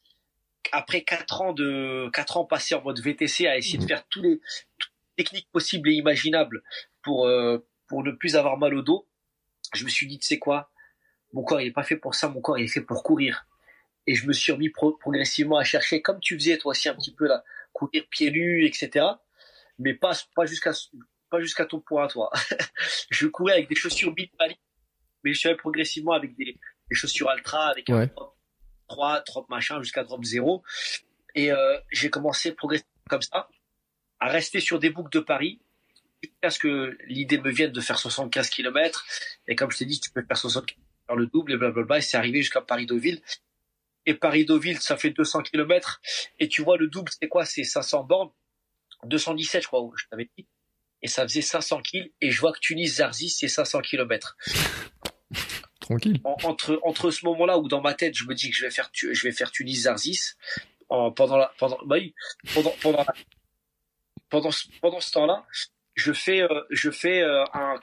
après quatre ans de quatre ans passés en mode V T C à essayer de faire tous les, toutes les techniques possibles et imaginables pour euh, pour ne plus avoir mal au dos, je me suis dit, tu sais quoi, mon corps il est pas fait pour ça, mon corps il est fait pour courir. Et je me suis remis pro- progressivement à chercher, comme tu faisais toi aussi un petit peu là, courir pieds nus, et cetera. Mais pas pas jusqu'à pas jusqu'à ton point à toi. Je courais avec des chaussures minimalistes, mais je suis allé progressivement avec des, des chaussures Altra, avec ouais. un trois, drop machin, jusqu'à drop zéro. Et euh, j'ai commencé progressivement comme ça, à rester sur des boucles de Paris, jusqu'à ce que l'idée me vienne de faire soixante-quinze kilomètres. Et comme je t'ai dit, tu peux faire soixante-quinze faire le double et blablabla. Et c'est arrivé jusqu'à Paris-Deauville. Et Paris-Deauville, ça fait deux cents kilomètres. Et tu vois, le double, c'est quoi? C'est cinq cents bornes. deux cent dix-sept, je crois, je t'avais dit. Et ça faisait cinq cents kills. Et je vois que Tunis-Zarzis, c'est cinq cents kilomètres. Tranquille. En, entre, entre ce moment-là où dans ma tête, je me dis que je vais faire, je vais faire Tunis-Zarzis, en, pendant la, pendant, bah oui, pendant, pendant, la, pendant, ce, pendant ce temps-là, je fais, euh, je fais euh, un,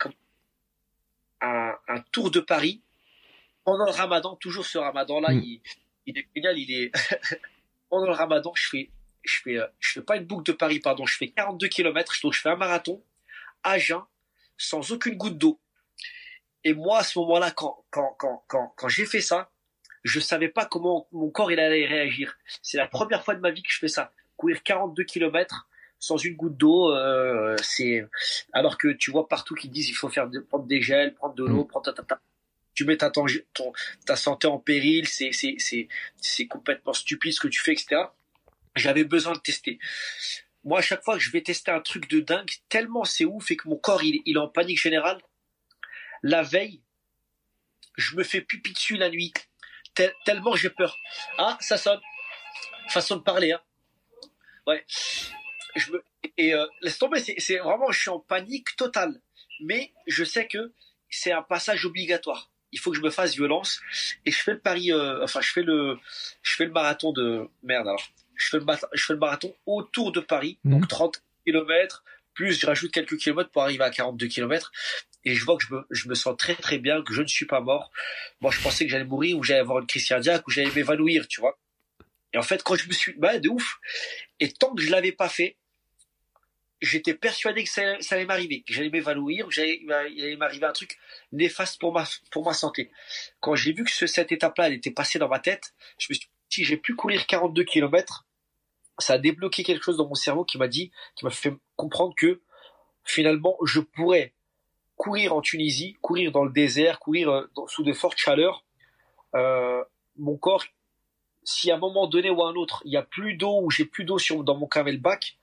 un, un tour de Paris pendant le Ramadan, toujours ce Ramadan-là, mmh. il, il est génial, il est, pendant le Ramadan, je fais, je fais, euh, je fais pas une boucle de Paris, pardon, je fais quarante-deux kilomètres, donc je fais un marathon, à jeun, sans aucune goutte d'eau. Et moi, à ce moment-là, quand, quand, quand, quand, quand j'ai fait ça, je savais pas comment mon corps il allait réagir. C'est la première fois de ma vie que je fais ça. Courir quarante-deux kilomètres sans une goutte d'eau, euh, c'est, alors que tu vois partout qu'ils disent il faut faire de, prendre des gels, prendre de l'eau, mmh. prendre ta, ta, ta. Tu mets ta, ton, ton, ta santé en péril, c'est, c'est, c'est, c'est complètement stupide ce que tu fais, et cetera. J'avais besoin de tester. Moi, à chaque fois que je vais tester un truc de dingue, tellement c'est ouf et que mon corps il, il est en panique générale, la veille, je me fais pipi dessus la nuit. Tel, tellement j'ai peur. Ah, ça sonne. Façon de parler, hein. Ouais. Je me, et euh, laisse tomber, c'est, c'est vraiment, je suis en panique totale. Mais je sais que c'est un passage obligatoire. Il faut que je me fasse violence. Et je fais le pari, euh, enfin, je fais le, je fais le marathon de, merde alors. Je fais le, je fais le marathon autour de Paris. Mmh. Donc trente kilomètres, plus je rajoute quelques kilomètres pour arriver à quarante-deux kilomètres. Et je vois que je me, je me sens très très bien, que je ne suis pas mort. Moi, je pensais que j'allais mourir, ou j'allais avoir une crise cardiaque, ou j'allais m'évanouir, tu vois. Et en fait, quand je me suis, bah, de ouf. Et tant que je l'avais pas fait, j'étais persuadé que ça, ça allait m'arriver, que j'allais m'évanouir, que j'allais, il allait m'arriver un truc néfaste pour ma, pour ma santé. Quand j'ai vu que ce, cette étape-là, elle était passée dans ma tête, je me suis dit, si j'ai pu courir quarante-deux kilomètres, ça a débloqué quelque chose dans mon cerveau qui m'a dit, qui m'a fait comprendre que finalement, je pourrais courir en Tunisie, courir dans le désert, courir euh, dans, sous de fortes chaleurs. Euh, mon corps, si à un moment donné ou à un autre, il y a plus d'eau ou j'ai plus d'eau sur, dans mon camelback,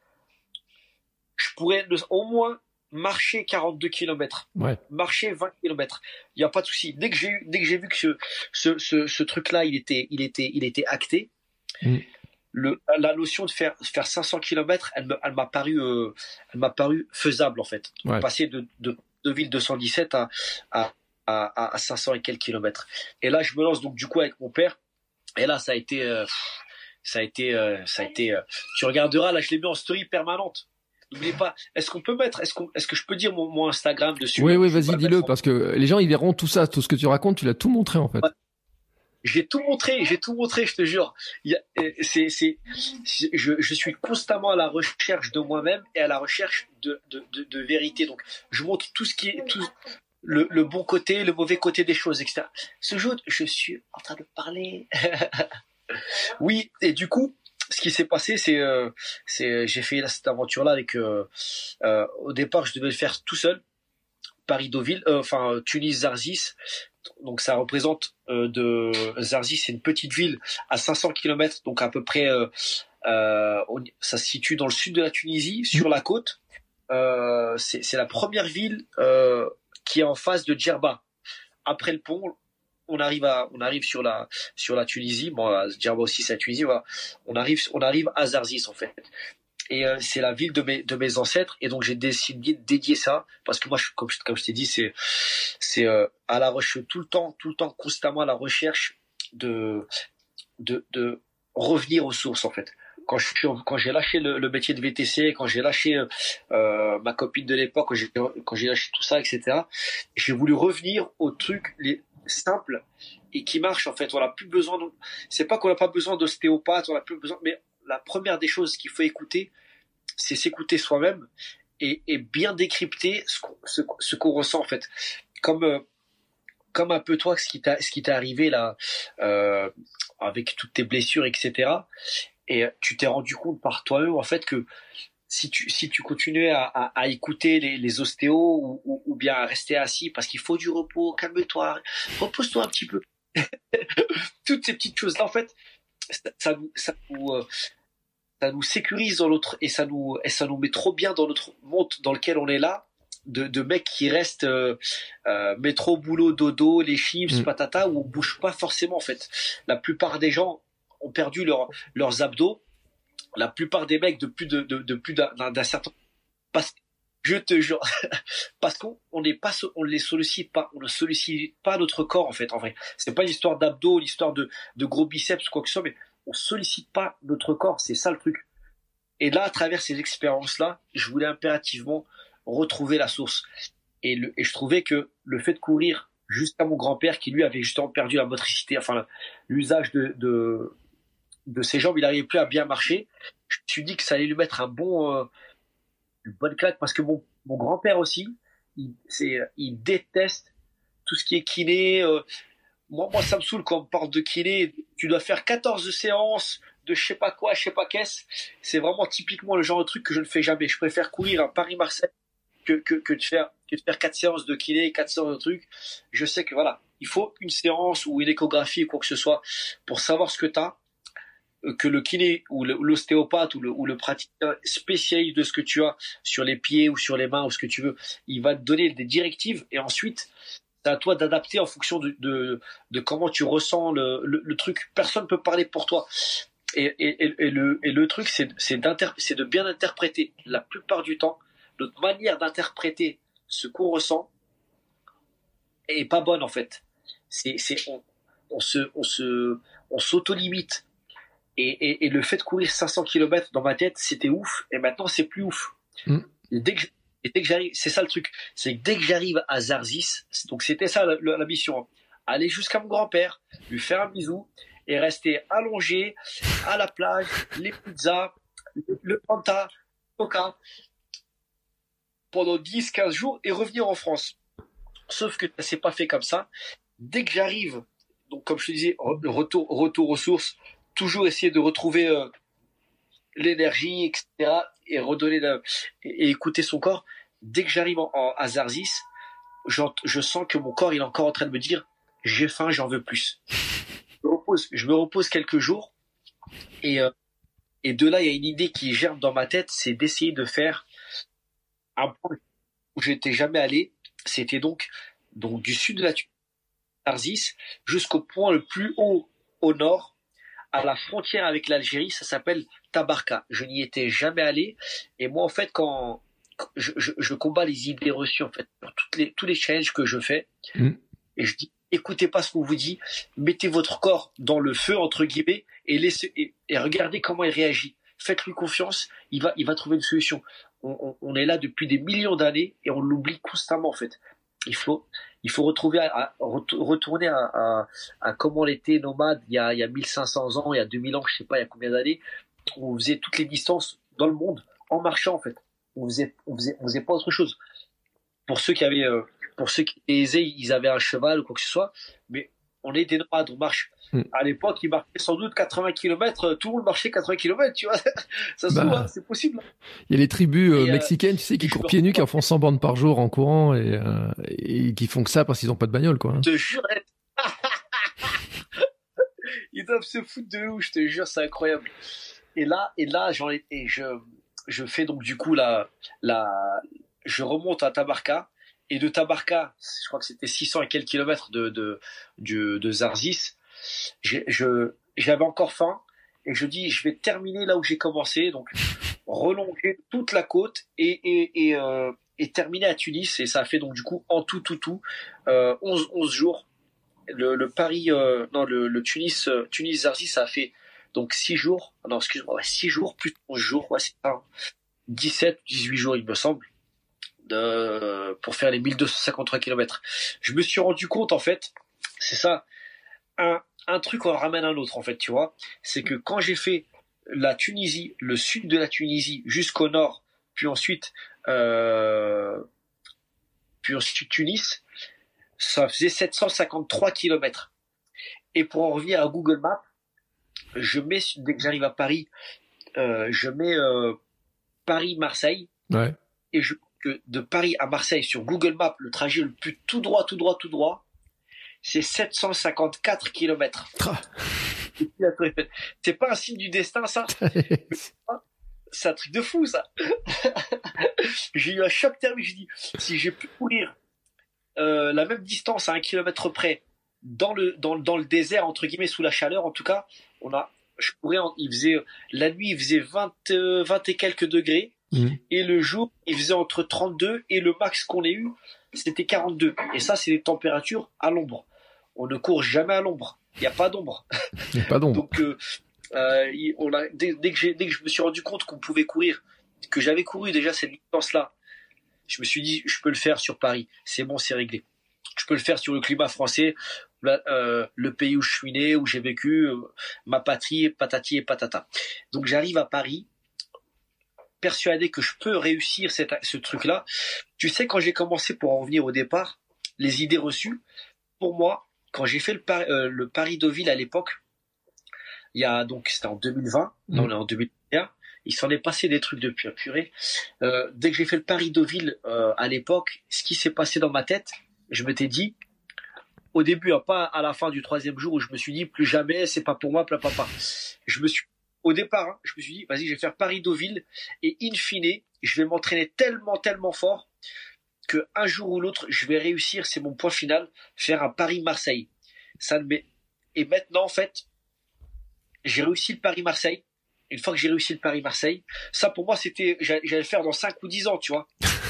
je pourrais au moins marcher quarante-deux kilomètres, ouais. marcher vingt kilomètres. Il n'y a pas de souci. Dès que j'ai eu, dès que j'ai vu que ce, ce, ce, ce truc-là, il était, il était, il était acté, mm. le, la notion de faire, faire cinq cents kilomètres, elle, me, elle m'a paru, euh, elle m'a paru faisable, en fait. Ouais. Passer de, de, de ville deux cent dix-sept à, à, à, à cinq cents et quelques kilomètres. Et là, je me lance donc, du coup, avec mon père. Et là, ça a été, euh, ça a été, euh, ça a été, euh, tu regarderas, là, je l'ai mis en story permanente. N'oubliez pas, est-ce qu'on peut mettre, est-ce qu'on, est-ce que je peux dire mon, mon Instagram dessus? Oui, oui, vas-y, dis-le, en... parce que les gens, ils verront tout ça, tout ce que tu racontes, tu l'as tout montré, en fait. Ouais. J'ai tout montré, j'ai tout montré, je te jure. Il y a, c'est, c'est, je, je suis constamment à la recherche de moi-même et à la recherche de, de, de, de vérité. Donc, je montre tout ce qui est, tout, le, le bon côté, le mauvais côté des choses, et cetera. Ce jour, je suis en train de parler. Oui, et du coup, ce qui s'est passé, c'est, euh, c'est, j'ai fait cette aventure-là avec. Euh, euh, au départ, je devais le faire tout seul, Paris-Deauville, euh, enfin Tunis-Zarzis. Donc ça représente euh, de Zarzis, c'est une petite ville à cinq cents kilomètres, donc à peu près, euh, euh, ça se situe dans le sud de la Tunisie, sur la côte. Euh, c'est, c'est la première ville euh, qui est en face de Djerba. Après le pont, on arrive à, on arrive sur la, sur la Tunisie. Bon, Djerba aussi, c'est la Tunisie. Voilà. On arrive, on arrive à Zarzis en fait. Et euh, c'est la ville de mes, de mes ancêtres. Et donc j'ai décidé de dédier ça parce que moi, je, comme, comme je t'ai dit, c'est, c'est euh, à la recherche tout le temps, tout le temps, constamment à la recherche de, de, de revenir aux sources en fait. Quand, je, quand j'ai lâché le, le métier de V T C, quand j'ai lâché euh, ma copine de l'époque, quand j'ai, quand j'ai lâché tout ça, et cetera, j'ai voulu revenir aux trucs les simples et qui marchent en fait. On n'a plus besoin de, c'est pas qu'on n'a pas besoin d'ostéopathe, on n'a plus besoin, mais la première des choses qu'il faut écouter, c'est s'écouter soi-même et, et bien décrypter ce qu'on, ce, ce qu'on ressent en fait. Comme euh, comme un peu toi, ce qui t'a, ce qui t'est arrivé là, euh, avec toutes tes blessures, et cetera. Et tu t'es rendu compte par toi-même en fait que si tu si tu continuais à, à, à écouter les, les ostéos ou, ou, ou bien à rester assis parce qu'il faut du repos, calme-toi, repose-toi un petit peu. toutes ces petites choses là en fait, ça, ça nous, ça nous, euh, ça nous sécurise dans l'autre et ça nous, et ça nous met trop bien dans notre monde dans lequel on est là. De, de mecs qui restent euh, euh, métro, boulot, dodo, les chips, mm. patata, où on bouge pas forcément en fait. La plupart des gens ont perdu leur, leurs abdos. La plupart des mecs de plus de, de, de plus d'un, d'un certain, parce je te jure, parce qu'on on n'est pas, on les sollicite pas, on ne sollicite pas notre corps en fait. En vrai, c'est pas l'histoire d'abdos, l'histoire de, de gros biceps quoi que ce soit, mais on sollicite pas notre corps. C'est ça le truc. Et là, à travers ces expériences-là, je voulais impérativement retrouver la source. Et, le, et je trouvais que le fait de courir jusqu'à mon grand-père, qui lui avait justement perdu la motricité, enfin l'usage de, de, de ses jambes, il n'arrivait plus à bien marcher. Je me suis dit que ça allait lui mettre un bon, euh, une bonne claque, parce que mon, mon grand-père aussi, il, c'est, il déteste tout ce qui est kiné. Euh, moi, moi, ça me saoule quand on me parle de kiné. Tu dois faire quatorze séances de je sais pas quoi, je sais pas qu'est-ce. C'est vraiment typiquement le genre de truc que je ne fais jamais. Je préfère courir à Paris-Marseille que, que, que de faire, que de faire quatre séances de kiné, quatre séances de trucs. Je sais que voilà, il faut une séance ou une échographie ou quoi que ce soit pour savoir ce que t'as, que le kiné ou le, l'ostéopathe ou le, ou le praticien spécialiste de ce que tu as sur les pieds ou sur les mains ou ce que tu veux, il va te donner des directives et ensuite, c'est à toi d'adapter en fonction de, de, de comment tu ressens le, le, le truc. Personne ne peut parler pour toi. Et, et, et, et, le, et le truc, c'est, c'est, c'est de bien interpréter. La plupart du temps, notre manière d'interpréter ce qu'on ressent est pas bonne en fait. C'est, c'est on, on se, on se, on s'auto-limite. Et, et, et le fait de courir cinq cents kilomètres dans ma tête, c'était ouf. Et maintenant, c'est plus ouf. Mm. Et dès que, et dès que j'arrive, c'est ça le truc, c'est que dès que j'arrive à Zarzis, donc c'était ça la, la, la mission, aller jusqu'à mon grand-père, lui faire un bisou et rester allongé à la plage, les pizzas, le, le Fanta, Coca, pendant dix quinze jours et revenir en France. Sauf que ça s'est pas fait comme ça. Dès que j'arrive, donc comme je te disais, retour, retour aux sources, toujours essayer de retrouver euh, l'énergie, et cetera, et redonner la, et, et écouter son corps. Dès que j'arrive en, en, à Zarzis, je sens que mon corps il est encore en train de me dire j'ai faim, j'en veux plus. Je me repose, je me repose quelques jours et euh, et de là il y a une idée qui germe dans ma tête, c'est d'essayer de faire un point où j'étais jamais allé. C'était donc donc du sud de la Zarzis jusqu'au point le plus haut au nord, à la frontière avec l'Algérie, ça s'appelle Tabarka. Je n'y étais jamais allé et moi en fait quand Je, je, je combats les idées reçues en fait sur toutes les, tous les challenges que je fais mmh. et je dis écoutez pas ce qu'on vous dit, mettez votre corps dans le feu entre guillemets et laissez et, et regardez comment il réagit, faites-lui confiance, il va il va trouver une solution. On, on, on est là depuis des millions d'années et on l'oublie constamment en fait. Il faut il faut retrouver à, à, retourner à, à, à comment l'étaient nomades il y a il y a mille cinq cents ans, il y a deux mille ans, je sais pas il y a combien d'années, on faisait toutes les distances dans le monde en marchant en fait. On faisait, on faisait, on faisait pas autre chose. Pour ceux qui avaient, euh, pour ceux qui étaient aisés, ils avaient un cheval ou quoi que ce soit, mais on était nomades, on marche. Mm. À l'époque, ils marchaient sans doute quatre-vingts kilomètres, tout le monde marchait quatre-vingts kilomètres, tu vois. Ça se bah, trouve, hein, c'est possible. Il y a les tribus euh, mexicaines, tu sais, qui courent pieds nus, qui en font cent bandes par jour en courant et, euh, et qui font que ça parce qu'ils ont pas de bagnole, quoi. Je te jure. Ils doivent se foutre de nous, je te jure, c'est incroyable. Et là, et là, j'en ai, et je, je fais donc du coup la, la, je remonte à Tabarka et de Tabarka, je crois que c'était six cents et quelques kilomètres de de de, de Zarzis. J'ai, je j'avais encore faim et je dis je vais terminer là où j'ai commencé, donc relonger toute la côte et et et, euh, et terminer à Tunis et ça a fait donc du coup en tout tout tout euh, onze onze jours. Le, le Paris euh, non le, le Tunis euh, Tunis Zarzis ça a fait donc six jours, non excuse-moi, ouais, six jours plus onze jours, ouais c'est ça, hein. dix-sept, dix-huit jours il me semble, de, pour faire les mille deux cent cinquante-trois kilomètres. Je me suis rendu compte en fait, c'est ça, un, un truc on ramène un autre en fait, tu vois, c'est que quand j'ai fait la Tunisie, le sud de la Tunisie jusqu'au nord, puis ensuite, euh, puis ensuite Tunis, ça faisait sept cent cinquante-trois kilomètres. Et pour en revenir à Google Maps, je mets, dès que j'arrive à Paris, euh, je mets euh, Paris-Marseille. Ouais. Et je, que de Paris à Marseille sur Google Maps, le trajet le plus tout droit, tout droit, tout droit, c'est sept cent cinquante-quatre kilomètres. Ah. C'est pas un signe du destin, ça? C'est un truc de fou, ça. J'ai eu un choc thermique. J'ai dit, si j'ai pu courir euh, la même distance à un kilomètre près dans le dans, dans le désert, entre guillemets, sous la chaleur, en tout cas, on a, je courais, en, il faisait la nuit, il faisait vingt, euh, vingt et quelques degrés, mmh. et le jour, il faisait entre trente-deux et le max qu'on ait eu, c'était quarante-deux. Et ça, c'est les températures à l'ombre. On ne court jamais à l'ombre. Il n'y a pas d'ombre. Il n'y a pas d'ombre. Donc, euh, euh, on a, dès, dès, que j'ai, dès que je me suis rendu compte qu'on pouvait courir, que j'avais couru déjà cette distance-là, je me suis dit, je peux le faire sur Paris. C'est bon, c'est réglé. Je peux le faire sur le climat français, là, euh, le pays où je suis né, où j'ai vécu, euh, ma patrie, patati et patata. Donc, j'arrive à Paris, persuadé que je peux réussir cette, ce truc-là. Tu sais, quand j'ai commencé, pour en revenir au départ, les idées reçues, pour moi, quand j'ai fait le, Paris, euh, le Paris-Deauville à l'époque, il y a donc c'était en deux mille vingt, mmh. là on est en deux mille vingt et un, il s'en est passé des trucs depuis, purée. Euh, dès que j'ai fait le Paris-Deauville euh, à l'époque, ce qui s'est passé dans ma tête, je m'étais dit, au début, hein, pas à la fin du troisième jour où je me suis dit plus jamais, c'est pas pour moi, papa, papa. Je me suis, au départ, hein, je me suis dit, vas-y, je vais faire Paris-Deauville et in fine, je vais m'entraîner tellement, tellement fort que un jour ou l'autre, je vais réussir, c'est mon point final, faire un Paris-Marseille. Ça ne m'est... Et maintenant, en fait, j'ai réussi le Paris-Marseille. Une fois que j'ai réussi le Paris-Marseille, ça pour moi, c'était, j'allais le faire dans cinq ou dix ans, tu vois.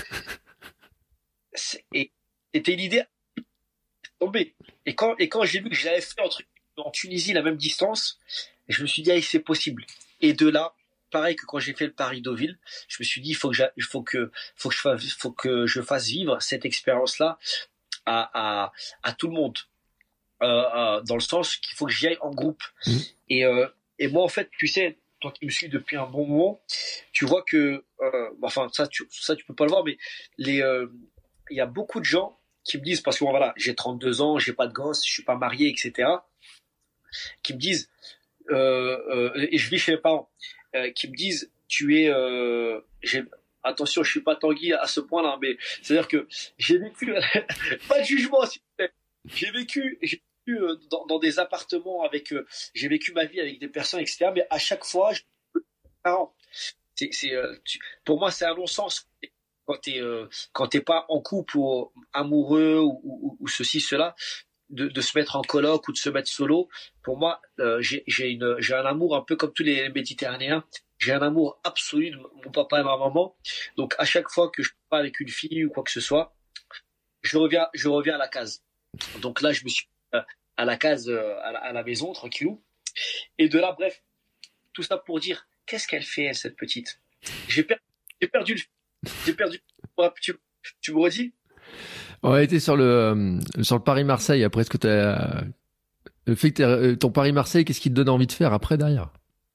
Et c'était l'idée tombée. Et quand, et quand j'ai vu que j'avais fait entre, en Tunisie la même distance, je me suis dit, ah, c'est possible. Et de là, pareil que quand j'ai fait le Paris-Deauville, je me suis dit, il faut que, il faut que, faut que je fasse, faut que je fasse vivre cette expérience-là à, à, à tout le monde. Euh, euh, dans le sens qu'il faut que j'y aille en groupe. Mmh. Et, euh, et moi, en fait, tu sais, toi qui me suis depuis un bon moment, tu vois que, euh, enfin, ça, tu, ça, tu peux pas le voir, mais les, euh, il y a beaucoup de gens qui me disent, parce que bon, voilà, j'ai trente-deux ans, j'ai pas de gosse, je suis pas marié, et cetera, qui me disent, euh, euh, et je vis chez mes parents, euh, qui me disent, tu es, euh, j'ai, attention, je suis pas Tanguy à ce point-là, mais c'est-à-dire que j'ai vécu, pas de jugement, s'il vous plaît, j'ai vécu, j'ai Dans, dans des appartements avec, euh, j'ai vécu ma vie avec des personnes, et cetera. Mais à chaque fois, je... c'est, c'est, euh, tu... pour moi, c'est un non-sens quand t'es, euh, quand t'es pas en couple ou amoureux ou, ou, ou ceci, cela, de, de se mettre en coloc ou de se mettre solo. Pour moi, euh, j'ai, j'ai une, j'ai un amour un peu comme tous les Méditerranéens. J'ai un amour absolu de mon papa et ma maman. Donc, à chaque fois que je suis pas avec une fille ou quoi que ce soit, je reviens, je reviens à la case. Donc là, je me suis à la case, à la, à la maison, tranquillou. Et de là, bref, tout ça pour dire, qu'est-ce qu'elle fait, cette petite? J'ai, per- j'ai perdu le... J'ai perdu tu, tu me redis? On a été sur le, euh, sur le Paris-Marseille. Après, est-ce que t'as... Le fait que ton Paris-Marseille, qu'est-ce qui te donne envie de faire après, derrière?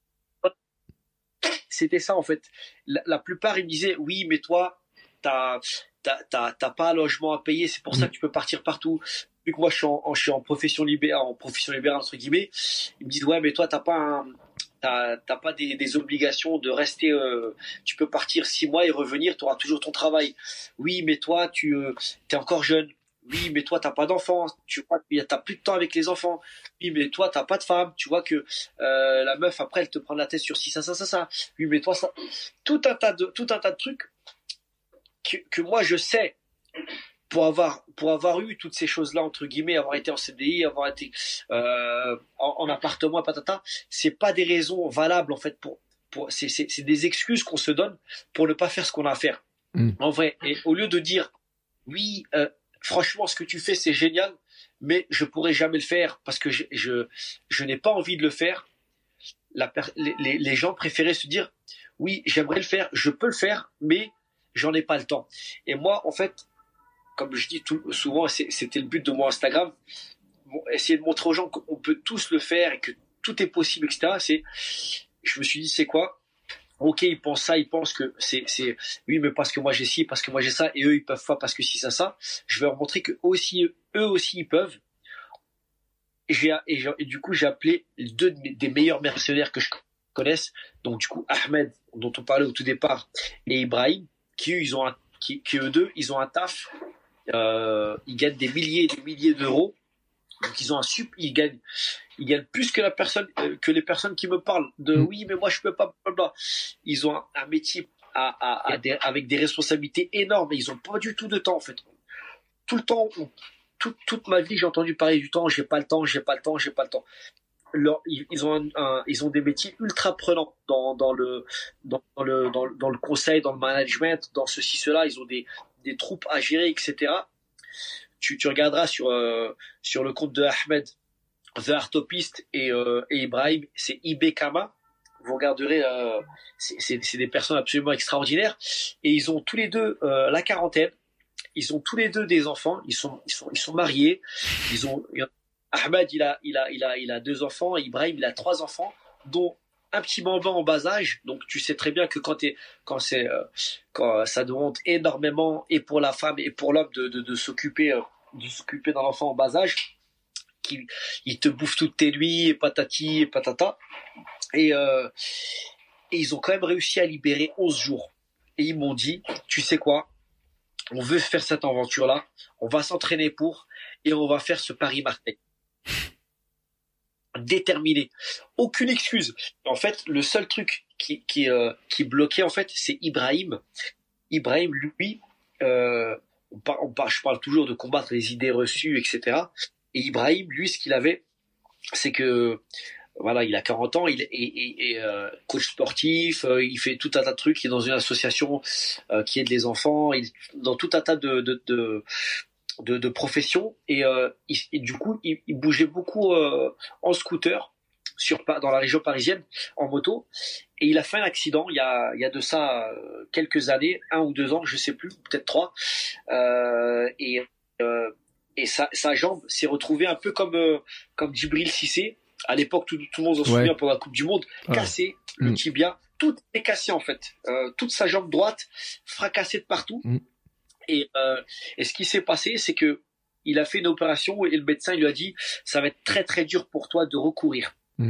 C'était ça, en fait. La, la plupart, ils me disaient, oui, mais toi, t'as, t'as, t'as, t'as pas un logement à payer, c'est pour ça que tu peux partir partout. Vu que moi je suis en, je suis en profession libérale, en profession libérale entre guillemets, ils me disent ouais mais toi t'as pas un, t'as, t'as pas des, des obligations de rester, euh, tu peux partir six mois et revenir, tu auras toujours ton travail. Oui mais toi tu euh, t'es encore jeune. Oui mais toi t'as pas d'enfants, tu vois t'as plus de temps avec les enfants. Oui mais toi t'as pas de femme, tu vois que euh, la meuf après elle te prend la tête sur ci ça ça ça ça. Oui mais toi ça, tout un tas de tout un tas de trucs que, que moi je sais. Pour avoir, pour avoir eu toutes ces choses-là, entre guillemets, avoir été en C D I, avoir été euh, en, en appartement, patata, c'est pas des raisons valables, en fait, pour, pour c'est, c'est, c'est des excuses qu'on se donne pour ne pas faire ce qu'on a à faire. Mmh. En vrai, et au lieu de dire, oui, euh, franchement, ce que tu fais, c'est génial, mais je pourrais jamais le faire parce que je, je, je n'ai pas envie de le faire, la, les, les, les gens préféraient se dire, oui, j'aimerais le faire, je peux le faire, mais j'en ai pas le temps. Et moi, en fait, comme je dis tout, souvent, c'est, c'était le but de mon Instagram, bon, essayer de montrer aux gens qu'on peut tous le faire et que tout est possible, et cetera. C'est, je me suis dit, c'est quoi? Ok, ils pensent ça, ils pensent que c'est, c'est, oui, mais parce que moi j'ai ci, parce que moi j'ai ça, et eux ils peuvent pas parce que si ça, ça. Je vais leur montrer que aussi, eux aussi ils peuvent. Et, j'ai, et, j'ai, et du coup, j'ai appelé deux des meilleurs mercenaires que je connaisse. Donc du coup, Ahmed, dont on parlait au tout départ, et Ibrahim, qui eux, ils ont un, qui, qui eux deux, ils ont un taf. Euh, ils gagnent des milliers et des milliers d'euros Donc ils ont un sup, ils gagnent, ils gagnent plus que la personne, euh, que les personnes qui me parlent de Mm. oui, mais moi je peux pas, blablabla. Ils ont un, un métier à, à, à des, avec des responsabilités énormes et ils ont pas du tout de temps en fait. Tout le temps, on- tout- toute ma vie j'ai entendu parler du temps, j'ai pas le temps, j'ai pas le temps, j'ai pas le temps. Leur- ils, ils ont un, un- ils ont des métiers ultra prenants dans, dans le dans, dans le dans, le- dans le conseil, dans le management, dans ceci cela. Ils ont des des troupes à gérer, et cetera. Tu, tu regarderas sur euh, sur le compte de Ahmed, The Artopiste et, euh, et Ibrahim, c'est Ibekama. Vous regarderez, euh, c'est c'est- c'est des personnes absolument extraordinaires et ils ont tous les deux euh, la quarantaine. Ils ont tous les deux des enfants. Ils sont ils sont ils sont mariés. Ils ont Ahmed, il a, il a, il a, il a deux enfants. Ibrahim, il a trois enfants, dont un petit bambin en bas âge. Donc, tu sais très bien que quand t'es, quand c'est, euh, quand ça demande énormément et pour la femme et pour l'homme de, de, de s'occuper, euh, de s'occuper d'un enfant en bas âge, qui, il te bouffe toutes tes nuits, et patati, et patata. Et, euh, et ils ont quand même réussi à libérer onze jours. Et ils m'ont dit, tu sais quoi? On veut faire cette aventure-là. On va s'entraîner pour, et on va faire ce Paris-Marseille. Déterminé, aucune excuse. En fait, le seul truc qui qui euh, qui bloquait en fait, c'est Ibrahim. Ibrahim, lui, euh, on par, on par, je parle toujours de combattre les idées reçues, et cetera. Et Ibrahim, lui, ce qu'il avait, c'est que voilà, il a quarante ans, il est et, et, et, euh, coach sportif, euh, il fait tout un tas de trucs, il est dans une association euh, qui aide les enfants, il dans tout un tas de de, de De, de profession et, euh, il, et du coup il, il bougeait beaucoup euh, en scooter sur dans la région parisienne en moto et il a fait un accident il y a il y a de ça euh, quelques années, un ou deux ans, je sais plus, peut-être trois, euh, et euh, et sa, sa jambe s'est retrouvée un peu comme euh, comme Djibril Cissé à l'époque, tout, tout le monde s'en Ouais. souvient pour la Coupe du Monde, Ouais. cassé le Mm. tibia, tout est cassé en fait, euh, toute sa jambe droite fracassée de partout. Mm. Et, euh, et ce qui s'est passé, c'est que il a fait une opération et le médecin il lui a dit ça va être très très dur pour toi de recourir. Mm.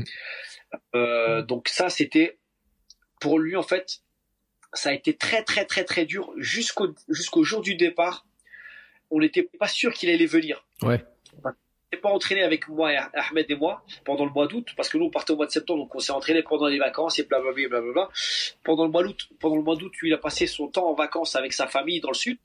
Euh, donc ça c'était pour lui en fait, ça a été très très très très dur jusqu'au jusqu'au jour du départ. On n'était pas sûr qu'il allait venir. Ouais. On s'est pas entraîné avec moi et Ahmed et moi pendant le mois d'août parce que nous on partait au mois de septembre, donc on s'est entraîné pendant les vacances et blablabla blablabla. Pendant le mois d'août, pendant le mois d'août, lui il a passé son temps en vacances avec sa famille dans le sud.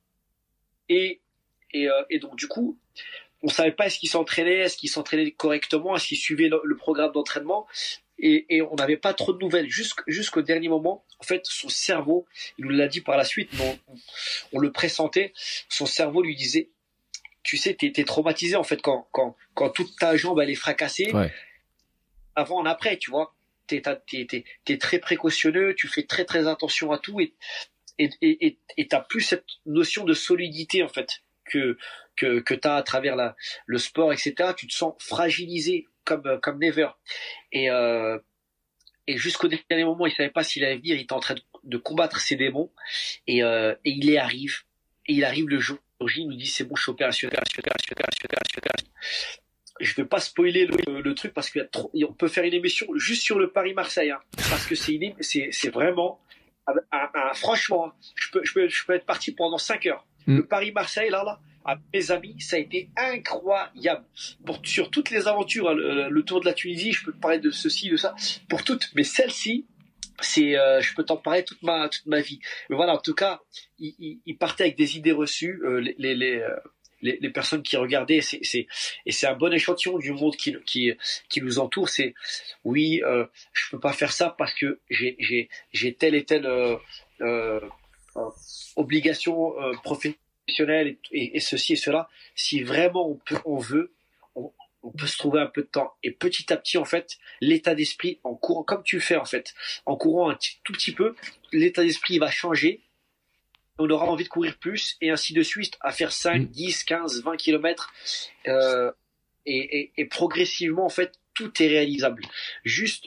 Et, et, euh, et donc du coup, on savait pas est-ce qu'il s'entraînait, est-ce qu'il s'entraînait correctement, est-ce qu'il suivait le, le programme d'entraînement, et, et on n'avait pas trop de nouvelles jusqu', jusqu'au dernier moment. En fait, son cerveau, il nous l'a dit par la suite, mais on, on le pressentait. Son cerveau lui disait, tu sais, t'es, t'es traumatisé en fait quand, quand, quand toute ta jambe elle est fracassée. Ouais. Avant en après, tu vois, t'es, t'es, t'es, t'es très précautionneux, tu fais très très attention à tout et et et et, et t'as plus cette notion de solidité en fait que que que t'as à travers la le sport, et cetera. Tu te sens fragilisé comme comme never et euh, et jusqu'au dernier moment il savait pas s'il allait venir, il était en train de, de combattre ses démons et euh, et il y arrive et il arrive le jour J, il nous dit c'est bon, je suis opérationnel, opérationnel, opérationnel, opérationnel. Je vais pas spoiler le, le truc parce qu'on on peut faire une émission juste sur le Paris-Marseille, hein, parce que c'est une, c'est c'est vraiment un, un, un, franchement, je peux je peux je peux être parti pendant cinq heures. Mm. Le Paris-Marseille là là, à mes amis, ça a été incroyable. Pour sur toutes les aventures, hein, le, le Tour de la Tunisie, je peux te parler de ceci, de ça, pour toutes, mais celle-ci, c'est euh, je peux t'en parler toute ma toute ma vie. Mais voilà, en tout cas, il, il, il partait avec des idées reçues, euh, les les, les euh, Les, les personnes qui regardaient, c'est, c'est, et c'est un bon échantillon du monde qui, qui, qui nous entoure. C'est oui, euh, je peux pas faire ça parce que j'ai, j'ai, j'ai telle et telle euh, euh, obligation euh, professionnelle et, et, et ceci et cela. Si vraiment on peut, on veut, on, on peut se trouver un peu de temps. Et petit à petit, en fait, l'état d'esprit en courant, comme tu le fais en fait, en courant un t- tout petit peu, l'état d'esprit va changer. On aura envie de courir plus et ainsi de suite à faire cinq, dix, quinze, vingt kilomètres euh, et, et, et progressivement en fait tout est réalisable. Juste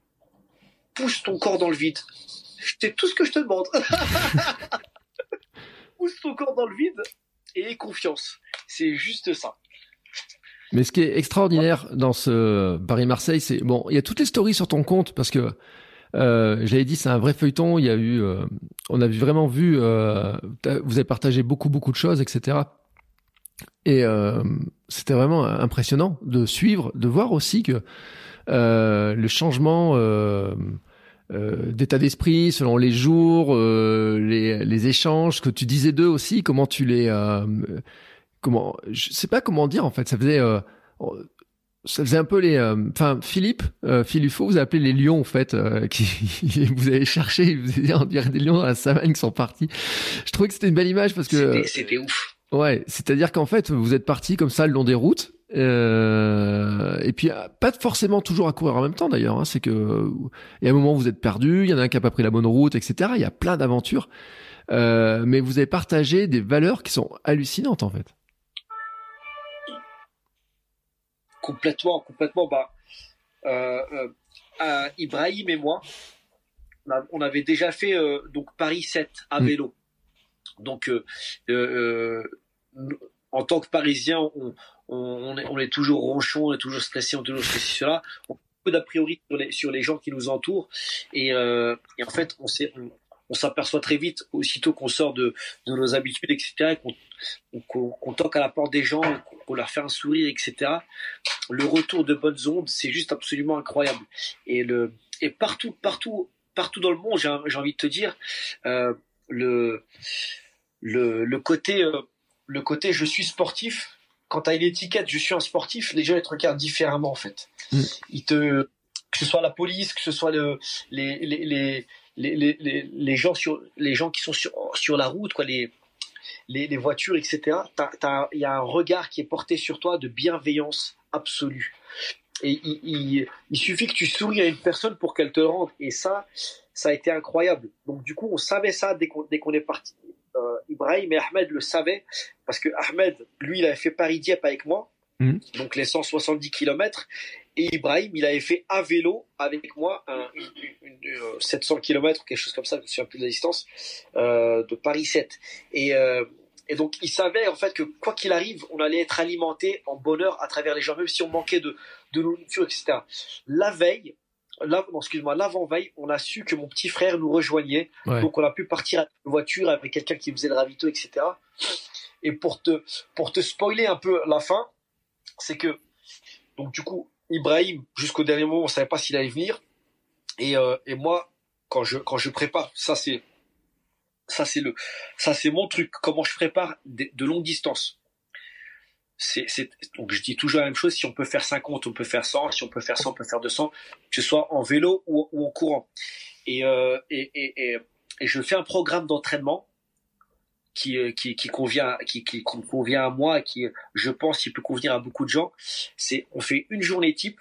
pousse ton corps dans le vide. C'est tout ce que je te demande. Pousse ton corps dans le vide et aie confiance. C'est juste ça. Mais ce qui est extraordinaire dans ce Paris-Marseille, c'est bon, il y a toutes les stories sur ton compte parce que Euh, j'avais dit, c'est un vrai feuilleton. Il y a eu, euh, on a vraiment vu, euh, vous avez partagé beaucoup, beaucoup de choses, et cetera. Et euh, c'était vraiment impressionnant de suivre, de voir aussi que euh, le changement euh, euh, d'état d'esprit selon les jours, euh, les, les échanges que tu disais d'eux aussi, comment tu les, euh, comment, je sais pas comment dire en fait, ça faisait, euh, ça faisait un peu les, enfin euh, Philippe, euh, Philufo, vous appelez les lions en fait, euh, qui vous avez cherché, vous avez on dirait des lions dans la savane qui sont partis. Je trouvais que c'était une belle image parce que c'était, c'était ouf. Ouais, c'est-à-dire qu'en fait, vous êtes partis comme ça le long des routes, euh, et puis pas forcément toujours à courir en même temps d'ailleurs. Hein, c'est que il y a un moment où vous êtes perdu, il y en a un qui a pas pris la bonne route, et cetera. Il y a plein d'aventures, euh, mais vous avez partagé des valeurs qui sont hallucinantes en fait. Complètement, complètement. Bah, euh, euh, Ibrahim et moi, on avait déjà fait euh, donc Paris sept à vélo. Mmh. Donc, euh, euh, en tant que Parisien, on, on, on, est, on est toujours ronchon, on est toujours stressé, on est toujours stressé cela. On a beaucoup d'a priori sur les, sur les gens qui nous entourent. Et, euh, et en fait, on, on, on s'aperçoit très vite, aussitôt qu'on sort de, de nos habitudes, et cetera, et qu'on, qu'on, qu'on toque à la porte des gens, qu'on leur fait un sourire, et cetera. Le retour de bonnes ondes, c'est juste absolument incroyable. Et, le, et partout, partout, partout dans le monde, j'ai, j'ai envie de te dire, euh, le, le, le côté... Euh, le côté je suis sportif, quand tu as une étiquette je suis un sportif, les gens ils te regardent différemment en fait. Mmh. Ils te, que ce soit la police, que ce soit le, les, les, les, les, les, les, gens, sur, les gens qui sont sur, sur la route, quoi, les, les, les voitures, et cetera. Il y a un regard qui est porté sur toi de bienveillance absolue. Et il, il, il suffit que tu souris à une personne pour qu'elle te rende. Et ça, ça a été incroyable. Donc du coup, on savait ça dès qu'on, dès qu'on est parti. Euh, Ibrahim et Ahmed le savaient parce que Ahmed, lui, il avait fait Paris-Dieppe avec moi, mmh. donc les cent soixante-dix kilomètres, et Ibrahim, il avait fait à vélo avec moi un, une, une, une, euh, sept cents kilomètres, quelque chose comme ça, je ne me souviens plus de la distance, euh, de Paris sept. Et, euh, et donc, il savait en fait que quoi qu'il arrive, on allait être alimenté en bonheur à travers les gens, même si on manquait de, de nourriture, et cetera. La veille, Là, non, excuse-moi, l'avant-veille, on a su que mon petit frère nous rejoignait. Ouais. Donc, on a pu partir avec une voiture avec quelqu'un qui faisait le ravito, et cetera. Et pour te, pour te spoiler un peu la fin, c'est que, donc, du coup, Ibrahim, jusqu'au dernier moment, on savait pas s'il allait venir. Et, euh, et moi, quand je, quand je prépare, ça, c'est, ça, c'est le, ça, c'est mon truc. Comment je prépare de, de longue distance. C'est, c'est, donc je dis toujours la même chose, si on peut faire cinquante, on peut faire cent, si on peut faire cent, on peut faire deux cents, que ce soit en vélo ou, ou en courant. Et, euh, et, et, et, et je fais un programme d'entraînement qui, qui, qui, convient, qui, qui convient à moi et qui, je pense, qui peut convenir à beaucoup de gens. C'est, on fait une journée type.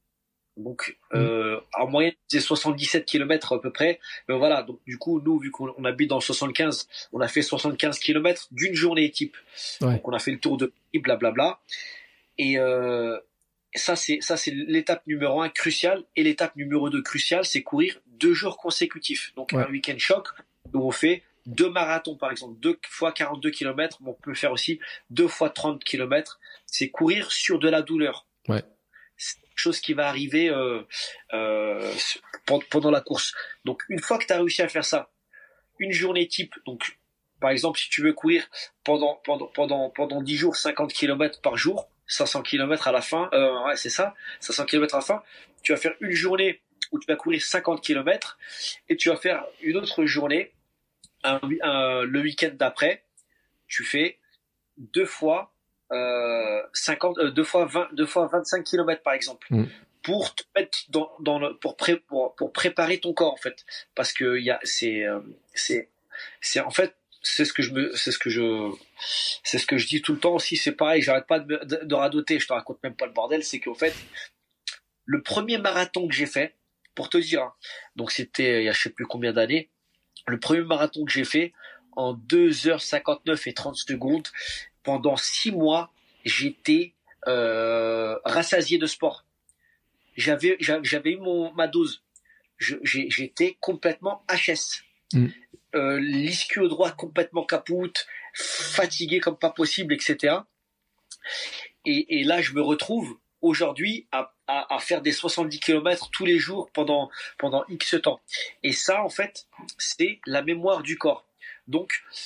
Donc, euh, en moyenne, c'est soixante-dix-sept kilomètres à peu près. Mais voilà, donc du coup, nous, vu qu'on on habite dans le soixante-quinze, on a fait soixante-quinze kilomètres d'une journée type. Ouais. Donc, on a fait le tour de blablabla. Et euh, ça, c'est ça, c'est l'étape numéro un cruciale. Et l'étape numéro deux cruciale, c'est courir deux jours consécutifs. Donc, ouais. un week-end choc où on fait deux marathons, par exemple, deux fois quarante-deux kilomètres. Mais on peut faire aussi deux fois trente kilomètres. C'est courir sur de la douleur. Ouais. C'est quelque chose qui va arriver euh, euh, pendant la course. Donc, une fois que tu as réussi à faire ça, une journée type, donc, par exemple, si tu veux courir pendant, pendant, pendant, pendant dix jours, cinquante kilomètres par jour, cinq cents kilomètres à la fin, euh, ouais, c'est ça, cinq cents kilomètres à la fin, tu vas faire une journée où tu vas courir cinquante kilomètres et tu vas faire une autre journée, un, un, le week-end d'après, tu fais deux fois Euh, cinquante, euh, deux fois vingt, deux fois vingt-cinq kilomètres par exemple, mmh. pour te mettre dans, dans le, pour, pré, pour, pour préparer ton corps en fait, parce que il y a, c'est, euh, c'est, c'est en fait, c'est ce que je me, c'est ce que je, c'est ce que je dis tout le temps aussi, c'est pareil, j'arrête pas de, de, de radoter, je te raconte même pas le bordel, c'est qu'en fait, le premier marathon que j'ai fait, pour te dire, hein, donc c'était il y a je sais plus combien d'années, le premier marathon que j'ai fait en deux heures cinquante-neuf et trente secondes. Pendant six mois, j'étais euh, rassasié de sport. J'avais, j'avais eu mon, ma dose. Je, j'ai, j'étais complètement H S. Mm. Euh, l'ischio droit complètement capoute, fatigué comme pas possible, et cetera. Et, et là, je me retrouve aujourd'hui à, à, à faire des soixante-dix kilomètres tous les jours pendant, pendant X temps. Et ça, en fait, c'est la mémoire du corps. Donc,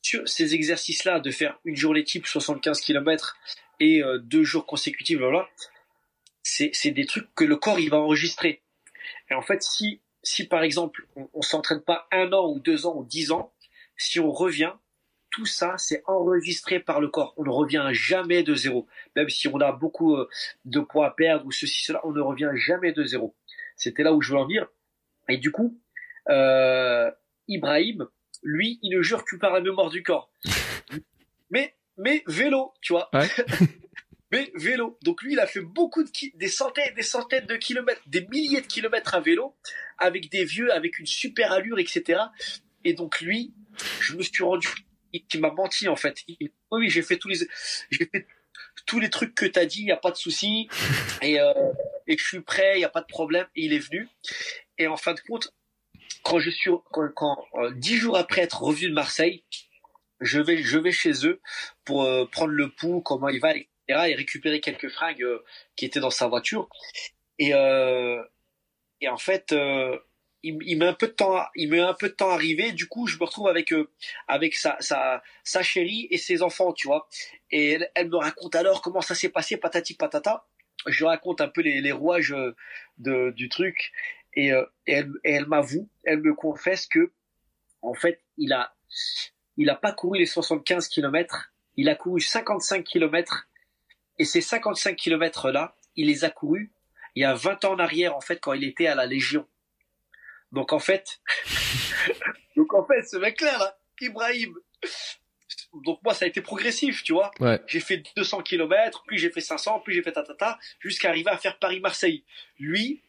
sur ces exercices-là, de faire une journée type soixante-quinze kilomètres et euh, deux jours consécutifs, voilà, c'est, c'est des trucs que le corps il va enregistrer. Et en fait, si, si par exemple, on, on s'entraîne pas un an ou deux ans ou dix ans, si on revient, tout ça, c'est enregistré par le corps. On ne revient jamais de zéro. Même si on a beaucoup euh, de poids à perdre ou ceci, cela, on ne revient jamais de zéro. C'était là où je voulais en venir. Et du coup, euh, Ibrahim, lui, il ne jure que par la mémoire du corps. Mais, mais vélo, tu vois. Ouais. Mais vélo. Donc lui, il a fait beaucoup de ki- des centaines, des centaines de kilomètres, des milliers de kilomètres à vélo, avec des vieux, avec une super allure, et cetera. Et donc lui, je me suis rendu, il m'a menti en fait. Il, oui, j'ai fait tous les, j'ai fait tous les trucs que t'as dit, il y a pas de souci, et euh, et je suis prêt, il y a pas de problème. Et il est venu. Et en fin de compte, quand je suis, quand, quand euh, dix jours après être revenu de Marseille, je vais, je vais chez eux pour euh, prendre le pouls, comment il va, et cetera, et récupérer quelques fringues euh, qui étaient dans sa voiture. Et euh, et en fait, euh, il, il met un peu de temps, à, il met un peu de temps à arriver. Du coup, je me retrouve avec euh, avec sa sa sa chérie et ses enfants, tu vois. Et elle, elle me raconte alors comment ça s'est passé, patati patata. Je raconte un peu les, les rouages de, du truc. Et, euh, et, elle, et elle m'avoue, elle me confesse que, en fait, il a, il a pas couru les soixante-quinze kilomètres, il a couru cinquante-cinq kilomètres, et ces cinquante-cinq kilomètres-là, il les a courus il y a vingt ans en arrière, en fait, quand il était à la Légion. Donc, en fait, donc, en fait, ce mec-là, là, Ibrahim, donc moi, ça a été progressif, tu vois. Ouais. J'ai fait deux cents kilomètres, puis j'ai fait cinq cents, puis j'ai fait tatata, jusqu'à arriver à faire Paris-Marseille. Lui,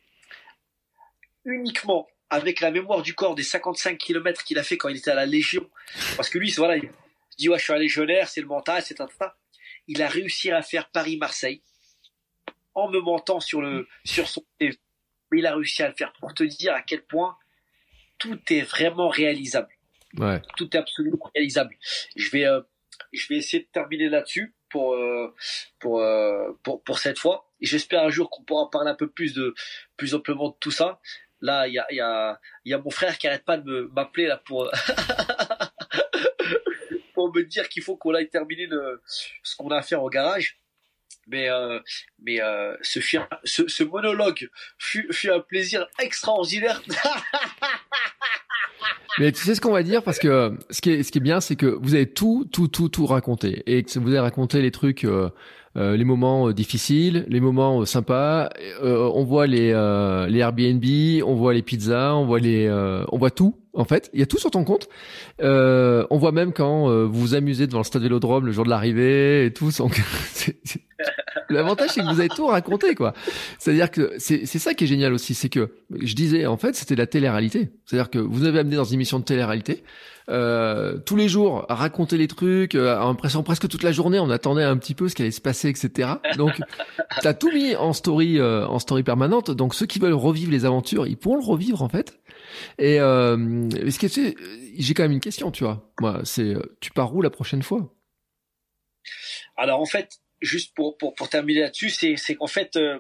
uniquement avec la mémoire du corps des cinquante-cinq kilomètres qu'il a fait quand il était à la Légion, parce que lui, c'est, voilà, il dit ouais, je suis un légionnaire, c'est le mental, c'est tatata. Il a réussi à faire Paris-Marseille en me mentant sur le sur son T V. Il a réussi à le faire pour te dire à quel point tout est vraiment réalisable. Ouais. Tout est absolument réalisable. Je vais euh, je vais essayer de terminer là-dessus pour euh, pour, euh, pour pour cette fois. Et j'espère un jour qu'on pourra parler un peu plus de plus amplement de tout ça. Là, il y a il y a il y a mon frère qui arrête pas de me m'appeler là pour pour me dire qu'il faut qu'on aille terminer le ce qu'on a à faire au garage. Mais euh, mais euh, ce, fut un, ce ce monologue fut fut un plaisir extraordinaire. Mais tu sais ce qu'on va dire, parce que ce qui est, ce qui est bien, c'est que vous avez tout, tout, tout, tout raconté. Et que vous avez raconté les trucs, euh, euh, les moments euh, difficiles, les moments euh, sympas. Euh, on voit les, euh, les Airbnb, on voit les pizzas, on voit les, euh, on voit tout. En fait, il y a tout sur ton compte. Euh, on voit même quand euh, vous vous amusez devant le stade Vélodrome le jour de l'arrivée et tout. Sans... c'est, c'est... L'avantage, c'est que vous avez tout raconté, quoi. C'est-à-dire que c'est, c'est ça qui est génial aussi, c'est que je disais, en fait, c'était la télé-réalité. C'est-à-dire que vous avez amené dans une émission de télé-réalité, euh, tous les jours, à raconter les trucs, euh, en presque, presque toute la journée, on attendait un petit peu ce qui allait se passer, et cetera. Donc, t'as tout mis en story, euh, en story permanente. Donc, ceux qui veulent revivre les aventures, ils pourront le revivre, en fait. Et euh, ce que c'est, j'ai quand même une question, tu vois. Moi, c'est, tu pars où la prochaine fois? Alors en fait, juste pour pour pour terminer là-dessus, c'est c'est qu'en fait, euh,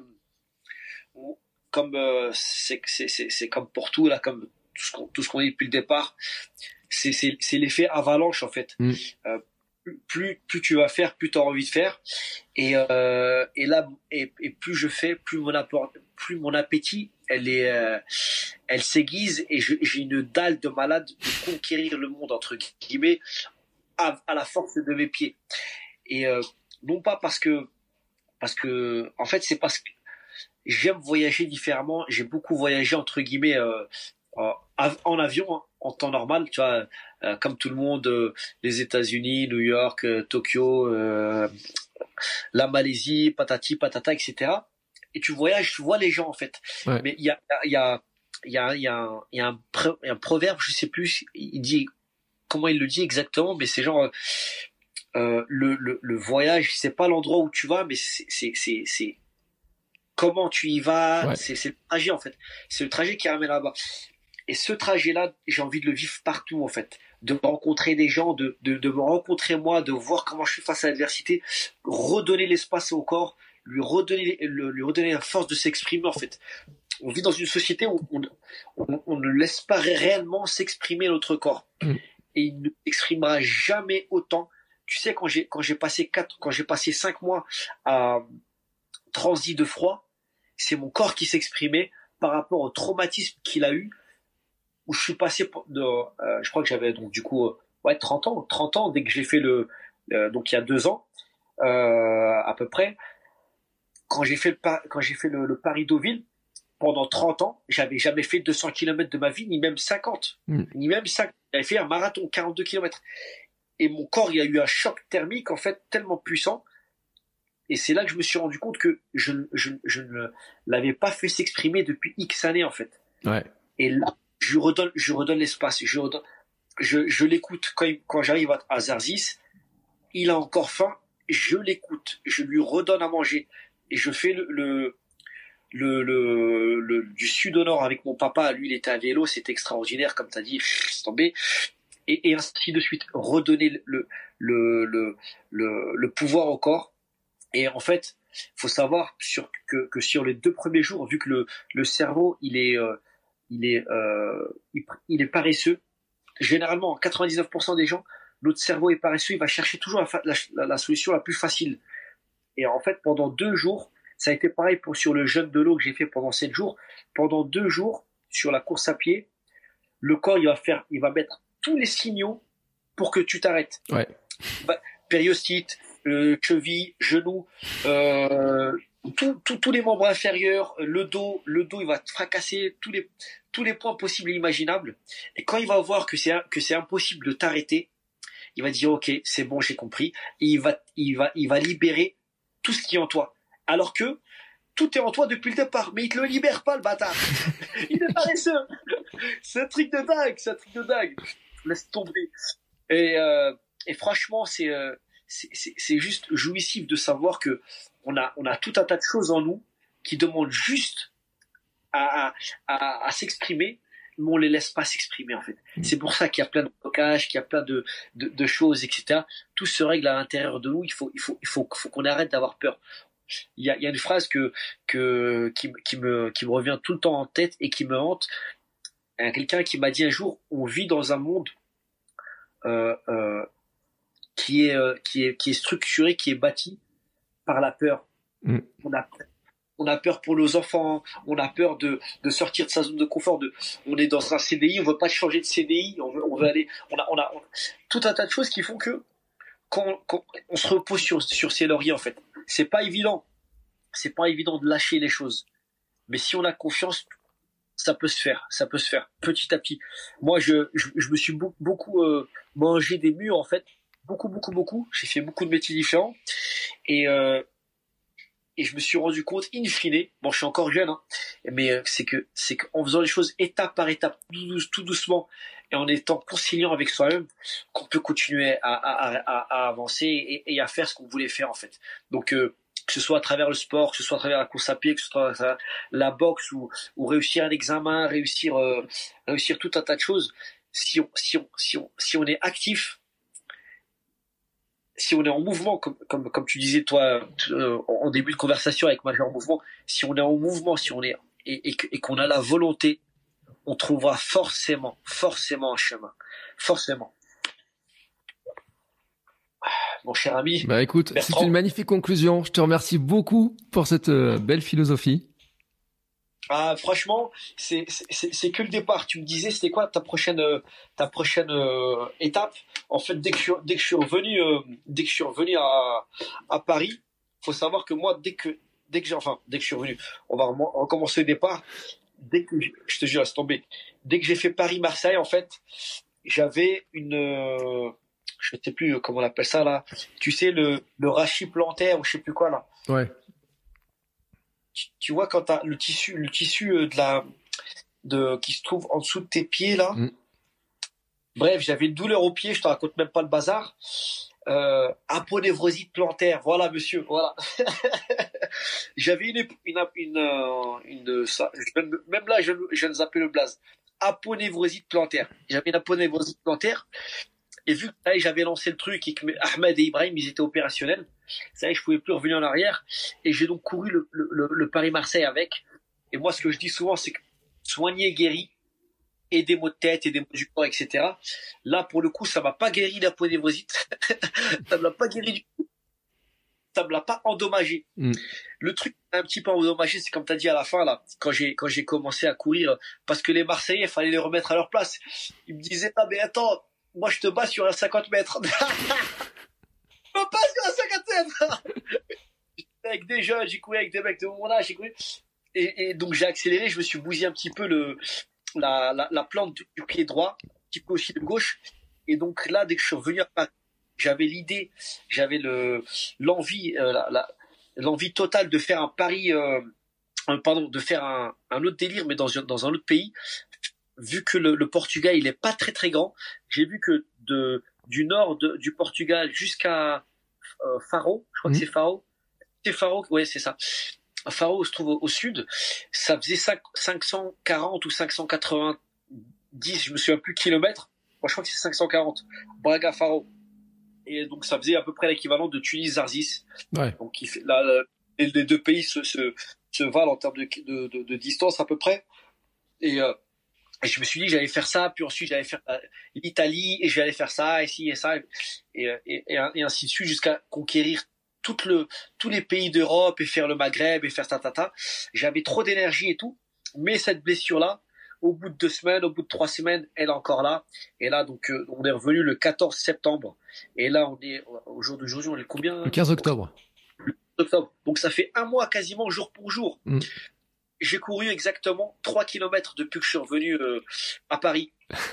comme euh, c'est c'est c'est c'est comme pour tout là, comme tout ce qu'on tout ce qu'on dit depuis le départ, c'est c'est c'est l'effet avalanche en fait. Mm. Euh, plus plus tu vas faire, plus tu as envie de faire. Et euh, et là et, et plus je fais, plus mon apport, plus mon appétit elle est euh, elle s'aiguise et je, j'ai une dalle de malade de conquérir le monde entre guillemets à, à la force de mes pieds. Et euh, non pas parce que parce que en fait c'est parce que j'aime voyager différemment. J'ai beaucoup voyagé entre guillemets euh, en, en avion hein, en temps normal, tu vois, euh, comme tout le monde, euh, les États-Unis, New York, euh, Tokyo, euh, la Malaisie, patati patata, et cetera. Et tu voyages, tu vois les gens en fait. Ouais. Mais il y a il y a il y a il y a un, il y a un, pre, un proverbe, je sais plus, il dit comment il le dit exactement, mais c'est genre euh, le, le le voyage, c'est pas l'endroit où tu vas, mais c'est c'est c'est, c'est comment tu y vas, ouais. c'est c'est le trajet en fait. C'est le trajet qui ramène là-bas. Et ce trajet-là, j'ai envie de le vivre partout en fait, de rencontrer des gens, de de de me rencontrer moi, de voir comment je suis face à l'adversité, redonner l'espace au corps, lui redonner le, lui redonner la force de s'exprimer en fait. On vit dans une société où on on, on ne laisse pas réellement s'exprimer notre corps. Mmh. et il ne s'exprimera jamais autant. Tu sais, quand j'ai, quand j'ai passé quatre, quand j'ai passé cinq mois à transi de froid, c'est mon corps qui s'exprimait par rapport au traumatisme qu'il a eu, où je suis passé de, euh, je crois que j'avais donc du coup, euh, ouais, trente ans, trente ans dès que j'ai fait le, euh, donc il y a deux ans, euh, à peu près, quand j'ai fait le, quand j'ai fait le, le Paris-Deauville, pendant trente ans, j'avais jamais fait deux cents kilomètres de ma vie, ni même cinquante, mm. ni même cinquante. J'avais fait un marathon, quarante-deux kilomètres. Et mon corps, il a eu un choc thermique, en fait, tellement puissant. Et c'est là que je me suis rendu compte que je, je, je ne l'avais pas fait s'exprimer depuis X années, en fait. Ouais. Et là, je redonne, je redonne l'espace. Je, redonne, je, je l'écoute. Quand, il, quand j'arrive à, à Zarzis, il a encore faim. Je l'écoute. Je lui redonne à manger. Et je fais le, le Le, le, le, du sud au nord avec mon papa, lui il était à vélo, c'était extraordinaire comme tu as dit, c'est tombé, et, et ainsi de suite, redonner le, le, le, le, le pouvoir au corps. Et en fait, faut savoir sur, que, que sur les deux premiers jours, vu que le, le cerveau il est, euh, il, est, euh, il, il est paresseux, généralement quatre-vingt-dix-neuf pour cent des gens, notre cerveau est paresseux, il va chercher toujours la, la, la, la solution la plus facile. Et en fait, pendant deux jours, ça a été pareil pour sur le jeûne de l'eau que j'ai fait pendant sept jours. Pendant deux jours, sur la course à pied, le corps, il va faire, il va mettre tous les signaux pour que tu t'arrêtes. Ouais. Bah, périostite, euh, cheville, genou, euh, tout, tout, tous les membres inférieurs, le dos, le dos, il va te fracasser tous les, tous les points possibles et imaginables. Et quand il va voir que c'est, que c'est impossible de t'arrêter, il va dire, OK, c'est bon, j'ai compris. Et il va, il va, il va libérer tout ce qui est en toi. Alors que tout est en toi depuis le départ, mais il te le libère pas, le bâtard. Il est paresseux. C'est un truc de dingue, c'est un truc de dingue. Laisse tomber. Et, euh, et franchement, c'est, euh, c'est, c'est, c'est juste jouissif de savoir que on a, on a tout un tas de choses en nous qui demandent juste à, à, à s'exprimer, mais on les laisse pas s'exprimer, en fait. Mmh. C'est pour ça qu'il y a plein de blocages, qu'il y a plein de, de, de choses, et cetera. Tout se règle à l'intérieur de nous. Il faut, il faut, il faut, faut qu'on arrête d'avoir peur. Il y a, il y a une phrase que, que, qui, qui, me, qui me revient tout le temps en tête et qui me hante. Il y a quelqu'un qui m'a dit un jour, on vit dans un monde euh, euh, qui, est, euh, qui, est, qui est structuré, qui est bâti par la peur. Mm. On a, on a peur pour nos enfants, on a peur de, de sortir de sa zone de confort. De, on est dans un C D I, on veut pas changer de C D I, on veut, on veut aller. On a, on a on, tout un tas de choses qui font que quand, quand on se repose sur, sur ses lauriers, en fait. C'est pas évident. C'est pas évident de lâcher les choses. Mais si on a confiance, ça peut se faire. Ça peut se faire petit à petit. Moi, je, je, je me suis beaucoup, beaucoup euh, mangé des murs, en fait. Beaucoup, beaucoup, beaucoup. J'ai fait beaucoup de métiers différents. Et, euh, et je me suis rendu compte, in fine, bon, je suis encore jeune, hein, mais euh, c'est que, c'est qu'en faisant les choses étape par étape, tout, douce, tout doucement, et en étant conciliant avec soi-même, qu'on peut continuer à, à, à, à avancer et, et à faire ce qu'on voulait faire, en fait. Donc, euh, que ce soit à travers le sport, que ce soit à travers la course à pied, que ce soit à travers la boxe ou, ou réussir un examen, réussir, euh, réussir tout un tas de choses, si on, si on, si on, si on est actif, si on est en mouvement, comme, comme, comme tu disais toi euh, en début de conversation avec Major Mouvement, si on est en mouvement, si on est et, et, et qu'on a la volonté, on trouvera forcément, forcément un chemin, forcément. Mon cher ami. Bah écoute, Bertrand, c'est une magnifique conclusion. Je te remercie beaucoup pour cette euh, belle philosophie. Ah, franchement, c'est, c'est, c'est que le départ. Tu me disais, c'était quoi ta prochaine, euh, ta prochaine euh, étape? En fait, dès que je, dès que je suis revenu, euh, dès que je suis revenu à, à Paris, faut savoir que moi, dès que, dès que j'ai, enfin, dès que je suis revenu, on va recommencer le départ. Dès que, je te jure, laisse tomber. Dès que j'ai fait Paris-Marseille, en fait, j'avais une, euh, je sais plus comment on appelle ça là. Tu sais le, le rachis plantaire ou je sais plus quoi là. Ouais. Tu, tu vois quand t'as le tissu, le tissu de la, de qui se trouve en dessous de tes pieds là. Mm. Bref, j'avais une douleur au pied, je te raconte même pas le bazar. Euh, aponevrosite plantaire, voilà monsieur, voilà. J'avais une une une, une, une ça, même là je je ne zappais le blaze. Aponevrosite plantaire. J'avais une aponevrosite plantaire. Et vu que là, j'avais lancé le truc et que Ahmed et Ibrahim, ils étaient opérationnels, ça y est, je pouvais plus revenir en arrière. Et j'ai donc couru le, le, le Paris-Marseille avec. Et moi, ce que je dis souvent, c'est que soigner guérit et des maux de tête et des maux du corps, et cetera. Là, pour le coup, ça m'a pas guéri la ponévrosite. Ça me l'a pas guéri du tout. Ça me l'a pas endommagé. Mm. Le truc un petit peu endommagé, c'est comme tu as dit à la fin, là, quand j'ai, quand j'ai commencé à courir, parce que les Marseillais, il fallait les remettre à leur place. Ils me disaient, ah, mais attends, moi, je te bats sur un cinquante mètres. Je me bats sur un cinquante mètres. Avec des jeunes, j'ai couru avec des mecs de mon âge, j'ai couru. Et, et donc, j'ai accéléré, je me suis bousillé un petit peu le, la, la, la plante du, du pied droit, un petit peu aussi de gauche. Et donc, là, dès que je suis revenu à Paris, j'avais l'idée, j'avais le, l'envie, euh, la, la, l'envie totale de faire un pari, euh, un, pardon, de faire un, un autre délire, mais dans, dans un autre pays. Vu que le, le Portugal, il est pas très très grand, j'ai vu que de, du nord de, du Portugal jusqu'à euh, Faro, je crois mmh. que c'est Faro, c'est Faro, ouais, c'est ça. Faro se trouve au, au sud, ça faisait cinq cent quarante ou cinq cent quatre-vingt-dix, je me souviens plus kilomètres. Moi, je crois que c'est cinq cent quarante. Braga Faro. Et donc, ça faisait à peu près l'équivalent de Tunis-Zarzis. Ouais. Donc, il fait, là, là, les deux pays se, se, se valent en termes de, de, de, de distance à peu près. Et, euh, et je me suis dit que j'allais faire ça, puis ensuite j'allais faire euh, l'Italie, et j'allais faire ça, ici et ça, et, et, et, et ainsi de suite, jusqu'à conquérir tout le, tous les pays d'Europe, et faire le Maghreb, et faire ta, ta, ta. J'avais trop d'énergie et tout. Mais cette blessure-là, au bout de deux semaines, au bout de trois semaines, elle est encore là. Et là, donc, euh, on est revenu le quatorze septembre. Et là, on est, au jour d'aujourd'hui, on est combien? Le quinze octobre. Le quinze octobre. Donc, ça fait un mois quasiment jour pour jour. Mm. J'ai couru exactement trois kilomètres depuis que je suis revenu euh, à Paris.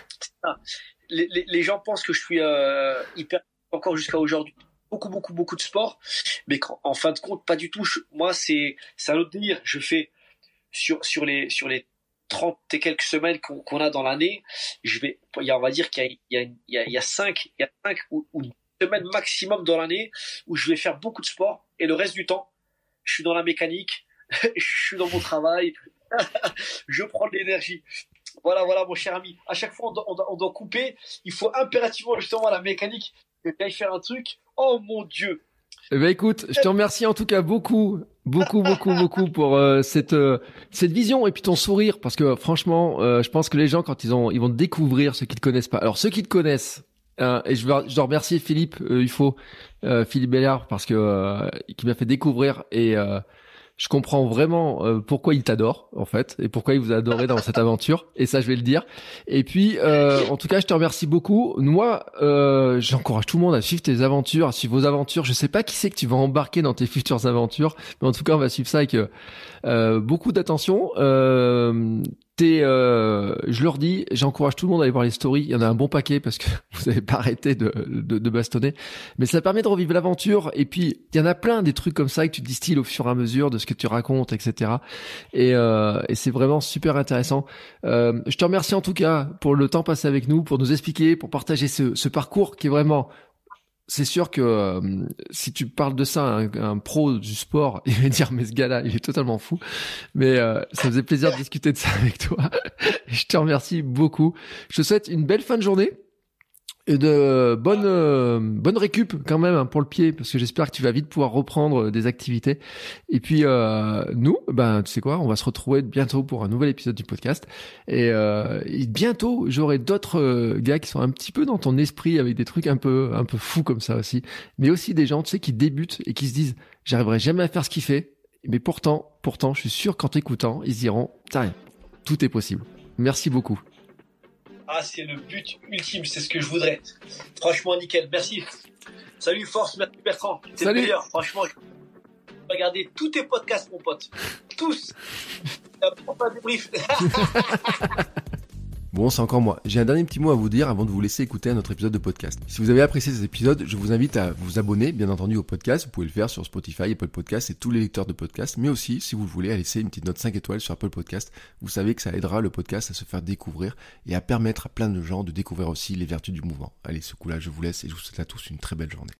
les, les, les gens pensent que je suis euh, hyper, encore jusqu'à aujourd'hui. Beaucoup, beaucoup, beaucoup de sport. Mais quand, en fin de compte, pas du tout. Je, moi, c'est, c'est un autre délire. Je fais sur, sur les, sur les trente et quelques semaines qu'on, qu'on a dans l'année, je vais, il y a, on va dire qu'il y a, il y a, il y a, il y a cinq, il y a cinq ou, ou dix semaines maximum dans l'année où je vais faire beaucoup de sport et le reste du temps, je suis dans la mécanique, je suis dans mon travail, je prends de l'énergie. Voilà, voilà, mon cher ami. À chaque fois, on doit, on doit, on doit couper. Il faut impérativement justement la mécanique que j'aille faire un truc. Oh mon Dieu. Eh ben écoute, je te remercie en tout cas beaucoup, beaucoup, beaucoup, beaucoup pour euh, cette euh, cette vision et puis ton sourire, parce que euh, franchement, euh, je pense que les gens quand ils ont ils vont te découvrir, ceux qui te connaissent pas. Alors ceux qui te connaissent, euh, et je veux je dois remercier Philippe, euh, il faut euh, Philippe Bellard parce que euh, qui m'a fait découvrir et euh, je comprends vraiment euh, pourquoi il t'adore en fait et pourquoi il vous a adoré dans cette aventure, et ça je vais le dire. Et puis euh, en tout cas je te remercie beaucoup. Moi euh, j'encourage tout le monde à suivre tes aventures, à suivre vos aventures. Je sais pas qui c'est que tu vas embarquer dans tes futures aventures, mais en tout cas on va suivre ça avec euh, beaucoup d'attention. Euh, t'es, euh, je leur dis, j'encourage tout le monde à aller voir les stories. Il y en a un bon paquet parce que vous n'avez pas arrêté de, de, de bastonner, mais ça permet de revivre l'aventure. Et puis il y en a plein des trucs comme ça que tu distilles au fur et à mesure de ce que tu racontes, et cetera. Et, euh, et c'est vraiment super intéressant. Euh, je te remercie en tout cas pour le temps passé avec nous, pour nous expliquer, pour partager ce, ce parcours qui est vraiment... C'est sûr que euh, si tu parles de ça à un, un pro du sport, il va dire mais ce gars-là, il est totalement fou. Mais euh, ça faisait plaisir de discuter de ça avec toi. Je te remercie beaucoup. Je te souhaite une belle fin de journée et de bonnes euh, bonne récup quand même hein, pour le pied, parce que j'espère que tu vas vite pouvoir reprendre des activités. Et puis euh, nous, ben tu sais quoi, on va se retrouver bientôt pour un nouvel épisode du podcast. Et, euh, et bientôt, j'aurai d'autres euh, gars qui sont un petit peu dans ton esprit avec des trucs un peu un peu fous comme ça aussi, mais aussi des gens tu sais qui débutent et qui se disent j'arriverai jamais à faire ce qu'il fait, mais pourtant pourtant je suis sûr qu'en t'écoutant ils se diront tiens, tout est possible. Merci beaucoup. Ah, c'est le but ultime, c'est ce que je voudrais. Franchement, nickel, merci. Salut, force, merci Bertrand. C'est le meilleur, franchement. Je vais regarder tous tes podcasts, mon pote. Tous. Prends pas de débrief. Bon, c'est encore moi. J'ai un dernier petit mot à vous dire avant de vous laisser écouter un autre épisode de podcast. Si vous avez apprécié cet épisode, je vous invite à vous abonner, bien entendu, au podcast. Vous pouvez le faire sur Spotify, Apple Podcasts et tous les lecteurs de podcasts. Mais aussi, si vous le voulez, à laisser une petite note cinq étoiles sur Apple Podcasts. Vous savez que ça aidera le podcast à se faire découvrir et à permettre à plein de gens de découvrir aussi les vertus du mouvement. Allez, ce coup-là, je vous laisse et je vous souhaite à tous une très belle journée.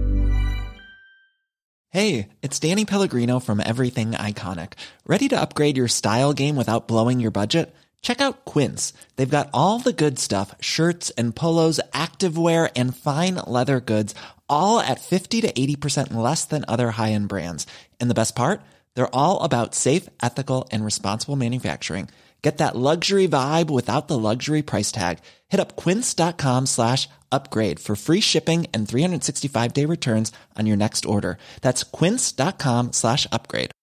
Hey, it's Danny Pellegrino from Everything Iconic. Ready to upgrade your style game without blowing your budget? Check out Quince. They've got all the good stuff, shirts and polos, activewear, and fine leather goods, all at fifty to eighty percent less than other high-end brands. And the best part? They're all about safe, ethical, and responsible manufacturing. Get that luxury vibe without the luxury price tag. Hit up quince.com slash upgrade for free shipping and three sixty-five day returns on your next order. That's quince.com slash upgrade.